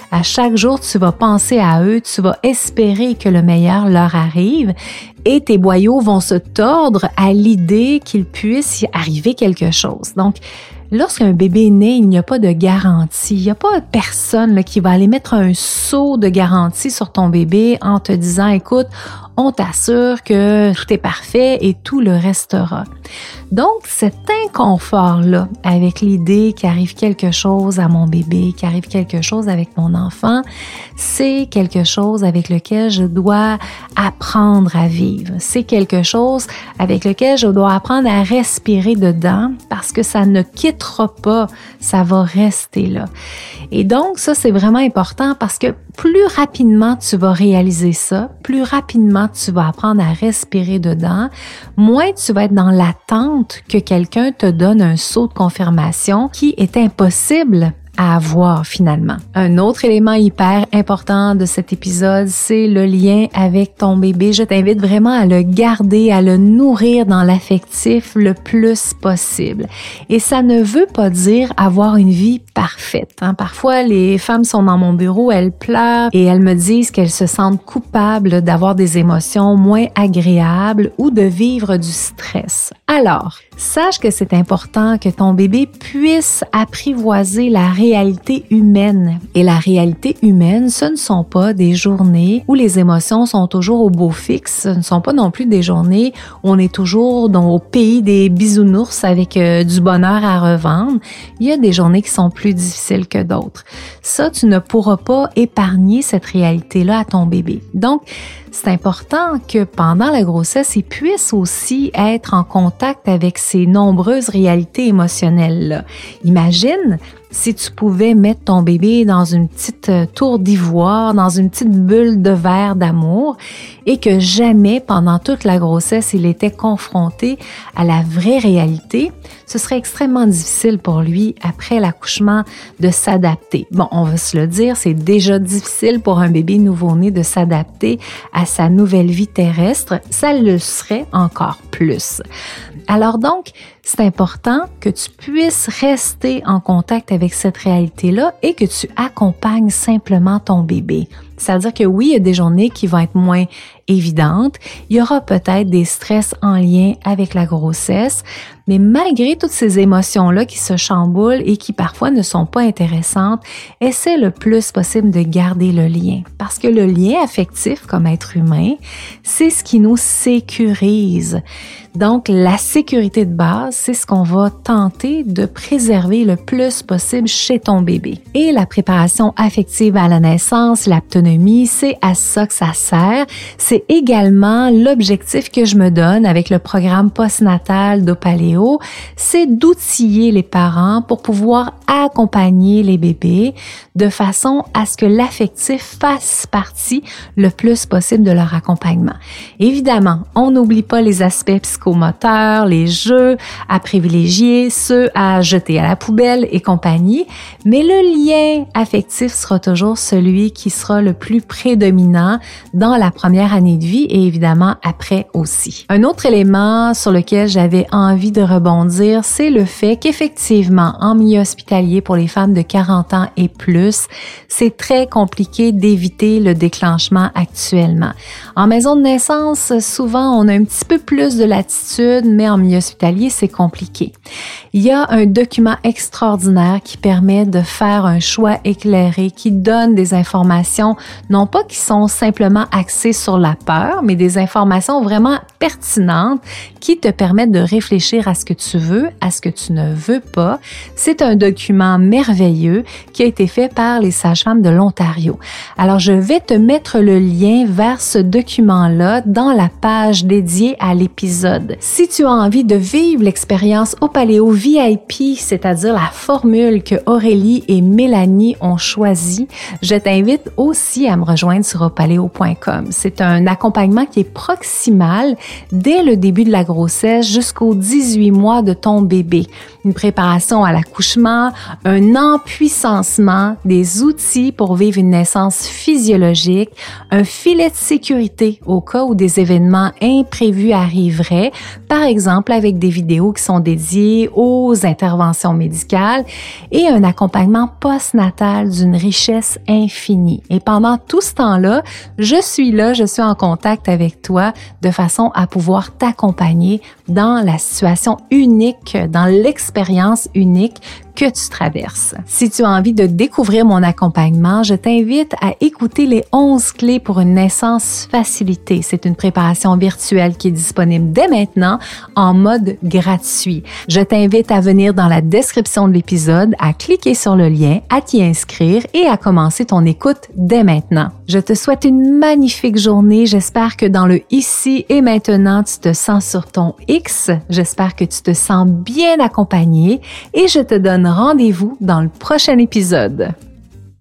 À chaque jour, tu vas penser à eux, tu vas espérer que le meilleur leur arrive et tes boyaux vont se tordre à l'idée qu'il puisse y arriver quelque chose. Donc, lorsqu'un bébé est né, il n'y a pas de garantie. Il n'y a pas personne là, qui va aller mettre un sceau de garantie sur ton bébé en te disant, écoute, on t'assure que tout est parfait et tout le restera. Donc, cet inconfort-là, avec l'idée qu'il arrive quelque chose à mon bébé, qu'il arrive quelque chose avec mon enfant, c'est quelque chose avec lequel je dois apprendre à vivre. C'est quelque chose avec lequel je dois apprendre à respirer dedans parce que ça ne quittera pas, ça va rester là. Et donc, ça, c'est vraiment important parce que plus rapidement tu vas réaliser ça, plus rapidement tu vas apprendre à respirer dedans, moins tu vas être dans l'attente que quelqu'un te donne un sceau de confirmation qui est impossible à avoir finalement. Un autre élément hyper important de cet épisode, c'est le lien avec ton bébé. Je t'invite vraiment à le garder, à le nourrir dans l'affectif le plus possible. Et ça ne veut pas dire avoir une vie parfaite. Parfois, les femmes sont dans mon bureau, elles pleurent et elles me disent qu'elles se sentent coupables d'avoir des émotions moins agréables ou de vivre du stress. Alors, sache que c'est important que ton bébé puisse apprivoiser la réalité humaine. Et la réalité humaine, ce ne sont pas des journées où les émotions sont toujours au beau fixe. Ce ne sont pas non plus des journées où on est toujours au pays des bisounours avec du bonheur à revendre. Il y a des journées qui sont plus difficiles que d'autres. Ça, tu ne pourras pas épargner cette réalité-là à ton bébé. Donc, c'est important que pendant la grossesse, il puisse aussi être en contact avec ces nombreuses réalités émotionnelles-là. Imagine si tu pouvais mettre ton bébé dans une petite tour d'ivoire, dans une petite bulle de verre d'amour et que jamais pendant toute la grossesse, il était confronté à la vraie réalité, ce serait extrêmement difficile pour lui après l'accouchement de s'adapter. Bon, on va se le dire, c'est déjà difficile pour un bébé nouveau-né de s'adapter à sa nouvelle vie terrestre, ça le serait encore plus. Alors donc, c'est important que tu puisses rester en contact avec cette réalité-là et que tu accompagnes simplement ton bébé. C'est-à-dire que oui, il y a des journées qui vont être moins évidentes. Il y aura peut-être des stress en lien avec la grossesse, mais malgré toutes ces émotions-là qui se chamboulent et qui parfois ne sont pas intéressantes, essaie le plus possible de garder le lien. Parce que le lien affectif comme être humain, c'est ce qui nous sécurise. Donc, la sécurité de base, c'est ce qu'on va tenter de préserver le plus possible chez ton bébé. Et la préparation affective à la naissance, l'autonomie, c'est à ça que ça sert. C'est également l'objectif que je me donne avec le programme postnatal d'Opaléo, c'est d'outiller les parents pour pouvoir accompagner les bébés de façon à ce que l'affectif fasse partie le plus possible de leur accompagnement. Évidemment, on n'oublie pas les aspects psychomoteurs, les jeux à privilégier, ceux à jeter à la poubelle et compagnie, mais le lien affectif sera toujours celui qui sera le plus prédominant dans la première année de vie et évidemment après aussi. Un autre élément sur lequel j'avais envie de rebondir, c'est le fait qu'effectivement, en milieu hospitalier pour les femmes de 40 ans et plus, c'est très compliqué d'éviter le déclenchement actuellement. En maison de naissance, souvent, on a un petit peu plus de latitude, mais en milieu hospitalier, c'est compliqué. Il y a un document extraordinaire qui permet de faire un choix éclairé, qui donne des informations, non pas qui sont simplement axées sur la peur, mais des informations vraiment pertinentes qui te permettent de réfléchir à ce que tu veux, à ce que tu ne veux pas. C'est un document merveilleux qui a été fait par les sages-femmes de l'Ontario. Alors, je vais te mettre le lien vers ce document-là dans la page dédiée à l'épisode. Si tu as envie de vivre l'expérience Opaléo VIP, c'est-à-dire la formule que Aurélie et Mélanie ont choisie, je t'invite aussi à me rejoindre sur opaléo.com. C'est un accompagnement qui est proximal dès le début de la grossesse jusqu'aux 18 mois de ton bébé. Une préparation à l'accouchement, un empuissancement, des outils pour vivre une naissance physiologique, un filet de sécurité au cas où des événements imprévus arriveraient, par exemple avec des vidéos qui sont dédiées aux interventions médicales et un accompagnement postnatal d'une richesse infinie. Et pendant tout ce temps-là, je suis en contact avec toi de façon à pouvoir t'accompagner dans la situation unique, dans l'expérience unique que tu traverses. Si tu as envie de découvrir mon accompagnement, je t'invite à écouter les 11 clés pour une naissance facilitée. C'est une préparation virtuelle qui est disponible dès maintenant en mode gratuit. Je t'invite à venir dans la description de l'épisode, à cliquer sur le lien, à t'y inscrire et à commencer ton écoute dès maintenant. Je te souhaite une magnifique journée. J'espère que dans le ici et maintenant, tu te sens sur ton X. J'espère que tu te sens bien accompagné et je te donne rendez-vous dans le prochain épisode.